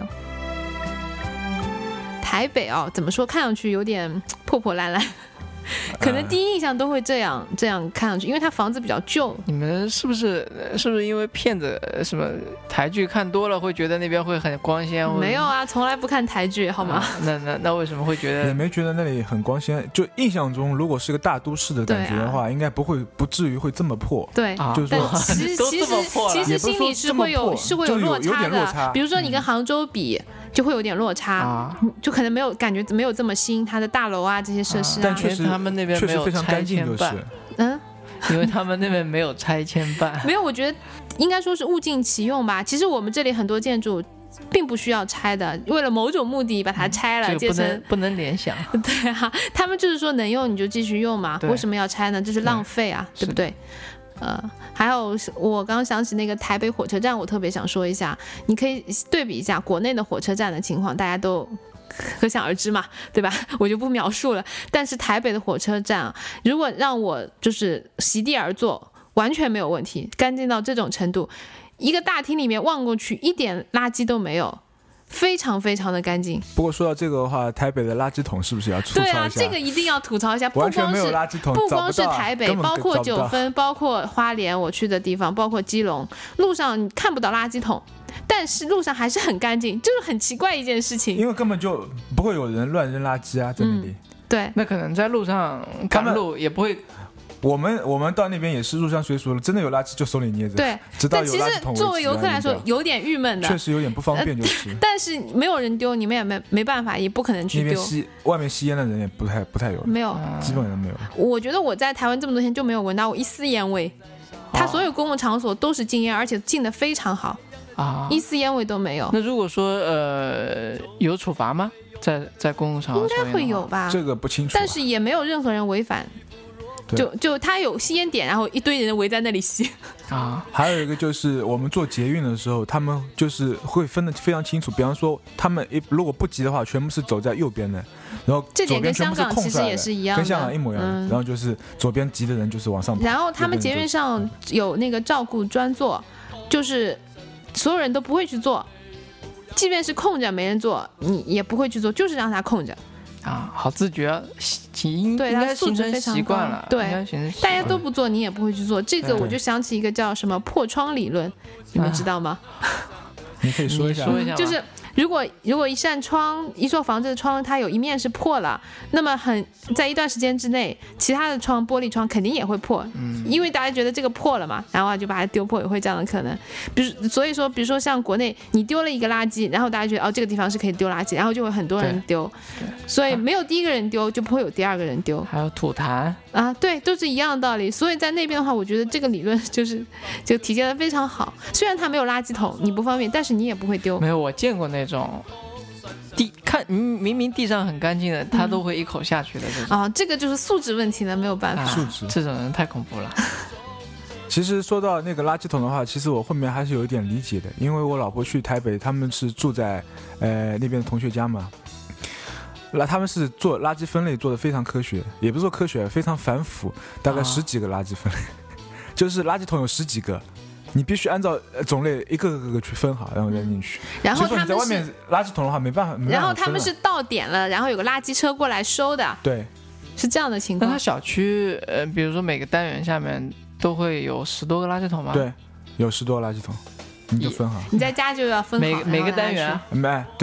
台北哦，怎么说？看上去有点破破烂烂，可能第一印象都会这样、呃、这样看上去，因为它房子比较旧。 你们是不是是不是因为骗子什么台剧看多了，会觉得那边会很光鲜？ 没有啊，从来不看台剧，好吗？啊、 那那那为什么会觉得？ 也没觉得那里很光鲜。就印象中，如果是个大都市的感觉的话，啊、应该不会不至于会这么破。 对， 啊、就是说其实其实其实心里是会有是会有落差的。 差比如说你跟杭州比。嗯就会有点落差、啊、就可能没有感觉没有这么新，它的大楼啊这些设施啊， 但确实他们那边没有拆迁办， 嗯， 因为他们那边没有拆迁办， 没有，我觉得应该说是物尽其用吧。其实我们这里很多建筑并不需要拆的，为了某种目的把它拆了， 嗯、这个不能不能联想。 对啊，他们就是说能用你就继续用嘛，为什么要拆呢？这是浪费啊， 对, 对不对？呃，还有我刚刚想起那个台北火车站，我特别想说一下，你可以对比一下国内的火车站的情况，大家都可想而知嘛，对吧？我就不描述了。但是台北的火车站，如果让我就是席地而坐，完全没有问题，干净到这种程度，一个大厅里面望过去一点垃圾都没有。非常非常的干净。 不过说到这个的话，台北的垃圾桶是不是要吐槽一下？ 对啊，这个一定要吐槽一下。 完全没有垃圾桶， 不光是台北，包括九份，包括花莲我去的地方，包括基隆，路上你看不到垃圾桶，但是路上还是很干净，就是很奇怪一件事情。 因为根本就不会有人乱扔垃圾啊，在那里。 嗯、对， 那可能在路上赶路也不会。 我们我们到那边也是入乡随俗了，真的有垃圾就手里捏着。 对， 直到有垃圾桶为止。 但其实作为游客来说有点郁闷的， 确实有点不方便，就是。 呃、但是没有人丢，你们也没没办法，也不可能去丢。 那边吸外面吸烟的人也不太不太有了， 没有， 基本上没有。 我觉得我在台湾这么多天就没有闻到我一丝烟味，它所有公共场所都是禁烟，而且禁得非常好啊，一丝烟味都没有。 那如果说呃有处罚吗？在在公共场所应该会有吧？ 这个不清楚、啊， 但是也没有任何人违反。就就他有吸烟点，然后一堆人围在那里吸啊。还有一个就是我们做捷运的时候，他们就是会分得非常清楚。比方说，他们如果不急的话，全部是走在右边的，然后左边全部是空出来的。这点跟香港其实也是一样的，跟香港一模一样的。嗯、然后就是左边急的人就是往上跑。 然后他们捷运上有那个照顾专座，就是所有人都不会去坐，即便是空着没人坐，你也不会去坐，就是让他空着。 啊，好自觉，应对该形成习惯了。 对，大家都不做，你也不会去做。这个我就想起一个叫什么破窗理论，你们知道吗？ 你可以说一下， 说一下。 就是如果如果一扇窗，一座房子的窗，它有一面是破了，那么很在一段时间之内，其他的窗玻璃窗肯定也会破，嗯，因为大家觉得这个破了嘛，然后就把它丢破，也会这样的可能。比如所以说，比如说像国内，你丢了一个垃圾，然后大家觉得哦这个地方是可以丢垃圾，然后就会很多人丢，所以没有第一个人丢，就不会有第二个人丢。 还有吐痰啊，对，都是一样的道理。所以在那边的话，我觉得这个理论就是就体现得非常好。虽然它没有垃圾桶，你不方便，但是你也不会丢。 没有，我见过那种地看明明地上很干净的，他都会一口下去的这种。 啊、嗯哦，这个就是素质问题了，没有办法。 素质， 这种人太恐怖了。 其实说到那个垃圾桶的话，其实我后面还是有一点理解的，因为我老婆去台北，他们是住在呃那边的同学家嘛。那他们是做垃圾分类做得非常科学，也不是说科学，非常繁复，大概十几个垃圾分类，啊、就是垃圾桶有十几个，你必须按照种类一个个个去分好，然后扔进去。 然后他们你在外面垃圾桶的话没办法，没办法。 然后他们是到点了，然后有个垃圾车过来收的。 对， 是这样的情况。 那他小区呃，比如说每个单元下面都会有十多个垃圾桶吗？ 对，有十多个垃圾桶，你就分好。 你在家就要分好。 每每个单元， 没对。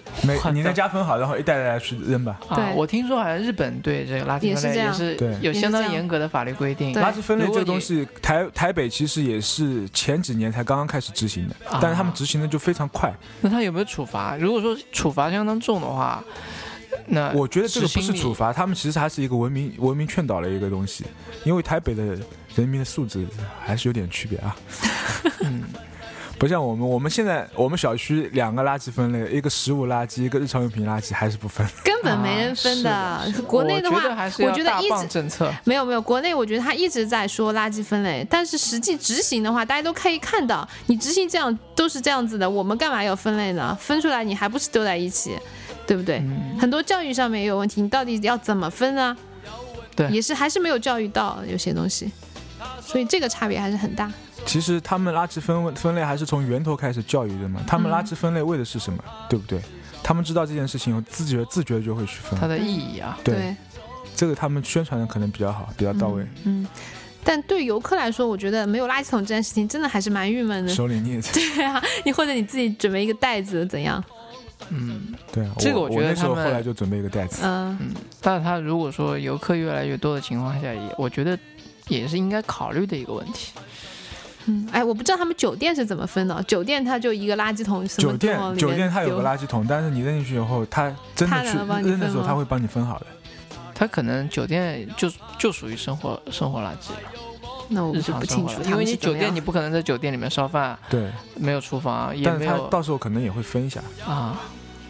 每你再加分好，然后一袋袋去扔吧。 啊，我听说好像日本对这个垃圾分类也是有相当严格的法律规定。 垃圾分类这个东西，台台北其实也是前几年才刚刚开始执行的，啊、但是他们执行的就非常快。 那他有没有处罚？如果说处罚相当重的话，那我觉得这个不是处罚，他们其实还是一个文明文明劝导的一个东西，因为台北的人民的素质还是有点区别啊。嗯。不像我们，我们现在我们小区两个垃圾分类，一个食物垃圾，一个日常用品垃圾，还是不分， 根本没人分的。啊、国内的话， 我觉得一直政策没有没有，国内我觉得他一直在说垃圾分类，但是实际执行的话，大家都可以看到，你执行这样都是这样子的，我们干嘛要分类呢？分出来你还不是丢在一起，对不对？嗯、很多教育上面也有问题，你到底要怎么分啊？ 对， 也是还是没有教育到有些东西，所以这个差别还是很大。 其实他们垃圾分分类还是从源头开始教育的嘛，他们垃圾分类为的是什么，嗯、对不对？他们知道这件事情后，自觉自觉就会去分它的意义啊。 对，对这个他们宣传的可能比较好，比较到位。 嗯，嗯但对游客来说，我觉得没有垃圾桶这件事情真的还是蛮郁闷的。 手里捏着。 对啊，你或者你自己准备一个袋子怎样？ 嗯，对啊， 这个我觉得他们我那时候后来就准备一个袋子。 嗯嗯，但是他如果说游客越来越多的情况下，也我觉得也是应该考虑的一个问题。 嗯，哎，我不知道他们酒店是怎么分的。酒店它就一个垃圾桶，什么酒店酒店它有个垃圾桶，但是你扔进去以后，它真的去扔的时候，它会帮你分好的。 它可能酒店就就属于生活生活垃圾了。 那我就不清楚， 因为你酒店你不可能在酒店里面烧饭， 对， 没有厨房，也但是它到时候可能也会分一下啊。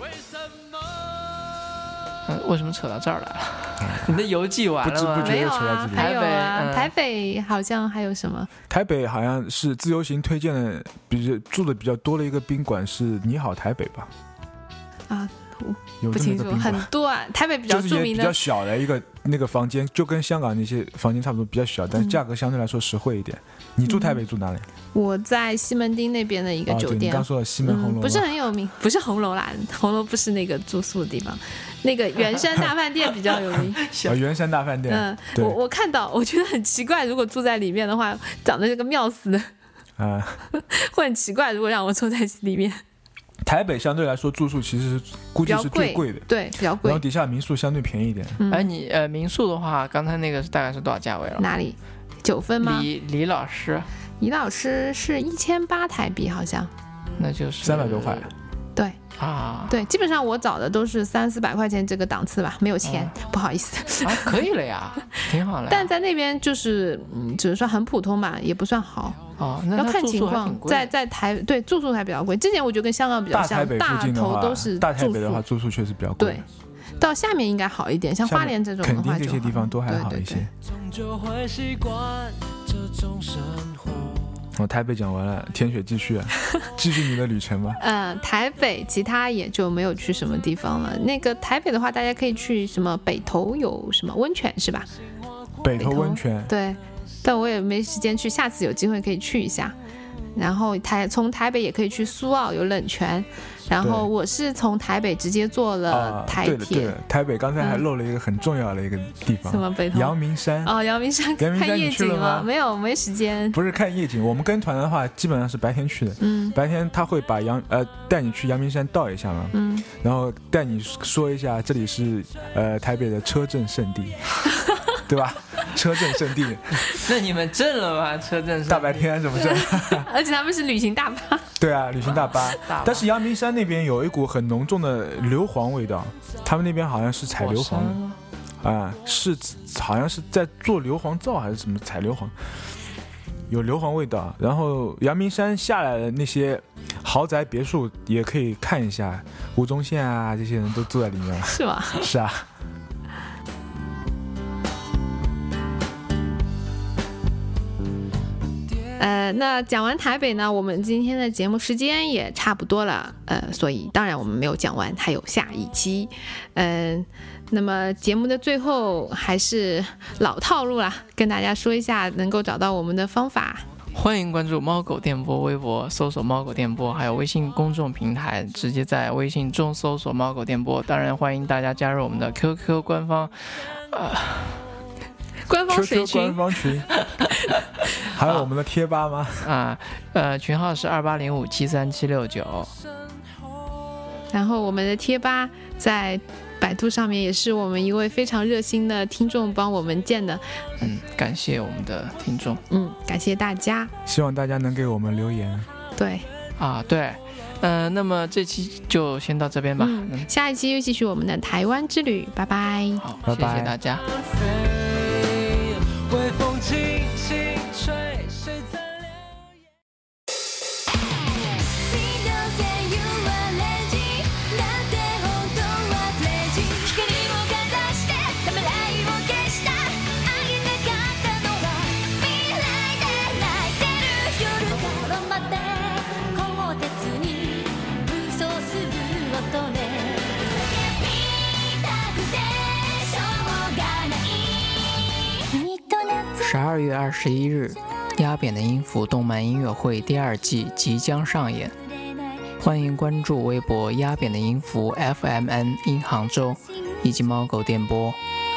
嗯，为什么扯到这儿来了？你的游记完了吗？ 不知不觉扯到这里。 还有啊，嗯、台北好像还有什么？ 台北好像是自由行推荐的，比较住的比较多的一个宾馆是你好台北吧？ 啊，不清楚，很多啊。台北比较著名的， 就是比较小的一个那个房间，就跟香港那些房间差不多，比较小，但是价格相对来说实惠一点。嗯、你住台北住哪里？ 我在西门町那边的一个酒店。哦、 你刚说的西门红楼、 嗯，不是很有名，不是红楼啦，红楼不是那个住宿的地方，那个圆山大饭店比较有名。 啊，圆山大饭店。 嗯，我我看到，我觉得很奇怪，如果住在里面的话，长得这个庙似的。啊，会很奇怪，如果让我住在里面。 台北相对来说住宿其实估计是最贵的， 对，比较贵。 然后底下民宿相对便宜一点。 嗯、哎，你呃民宿的话，刚才那个大概是多少价位了？ 哪里？九分吗？ 李李老师， 李老师是一千八台币，好像。 那就是三百多块。 对啊， 对，基本上我找的都是三四百块钱这个档次吧，没有钱，啊、不好意思。 啊，可以了呀，挺好了。 但在那边就是，嗯，只是说很普通吧，也不算好。 哦，那要看情况。在在台对住宿还比较贵，之前我觉得跟香港比较像，大头都是大台北的话，住宿确实比较贵。 对，到下面应该好一点，像花莲这种的话就好， 肯定这些地方都还好一些。我、哦、台北讲完了，天雪继续啊，继续你的旅程吧。 嗯，台北其他也就没有去什么地方了。那个台北的话，大家可以去什么北投有什么温泉是吧？ 北投温泉。 对，但我也没时间去，下次有机会可以去一下。然后台从台北也可以去苏澳有冷泉，然后我是从台北直接坐了台铁。 啊、对的对的，台北刚才还漏了一个很重要的一个地方， 什么北投？ 阳明山。 哦，阳明山看夜景吗？没有，没时间。 不是看夜景，我们跟团的话基本上是白天去的。嗯，白天他会把阳呃带你去阳明山倒一下嘛，嗯，然后带你说一下这里是呃台北的车震圣地，对吧？车震圣地。 那你们震了吗？车震圣地大白天怎么震？ 而且他们是旅行大巴。 对啊，旅行大巴。大但是阳明山那边有一股很浓重的硫磺味道，他们那边好像是采硫磺的啊，是好像是在做硫磺皂还是什么采硫磺，有硫磺味道。然后阳明山下来的那些豪宅别墅也可以看一下，吴宗宪啊这些人都住在里面了。 是吗？ 是啊。 呃，那讲完台北呢，我们今天的节目时间也差不多了，呃，所以当然我们没有讲完，还有下一期。嗯、呃，那么节目的最后还是老套路啦，跟大家说一下能够找到我们的方法。 欢迎关注猫狗电波微博，搜索猫狗电波，还有微信公众平台，直接在微信中搜索猫狗电波。当然欢迎大家加入我们的 Q Q 官方，呃。 官方水群 Q Q 官方群还有我们的贴吧吗？ 啊，呃，群号是二八零五七三七六九。 然后我们的贴吧在百度上面也是我们一位非常热心的听众帮我们建的， 嗯，感谢我们的听众， 嗯，感谢大家， 希望大家能给我们留言。 对啊，对，呃，那么这期就先到这边吧， 嗯嗯， 下一期又继续我们的台湾之旅，拜拜。 好， 拜拜谢谢大家。 微风轻轻吹，谁在流言？ みんな声優はレジなんて本当はプレジ光をかざしてためらいを消した会いたかったのは未来で泣いてる夜から待って鋼鉄に武装する音で叫びたくてしょうがない君と夏十二月二十一日，《压扁的音符》动漫音乐会第二季即将上演，欢迎关注微博“压扁的音符 F M N 音杭州”以及猫狗电波。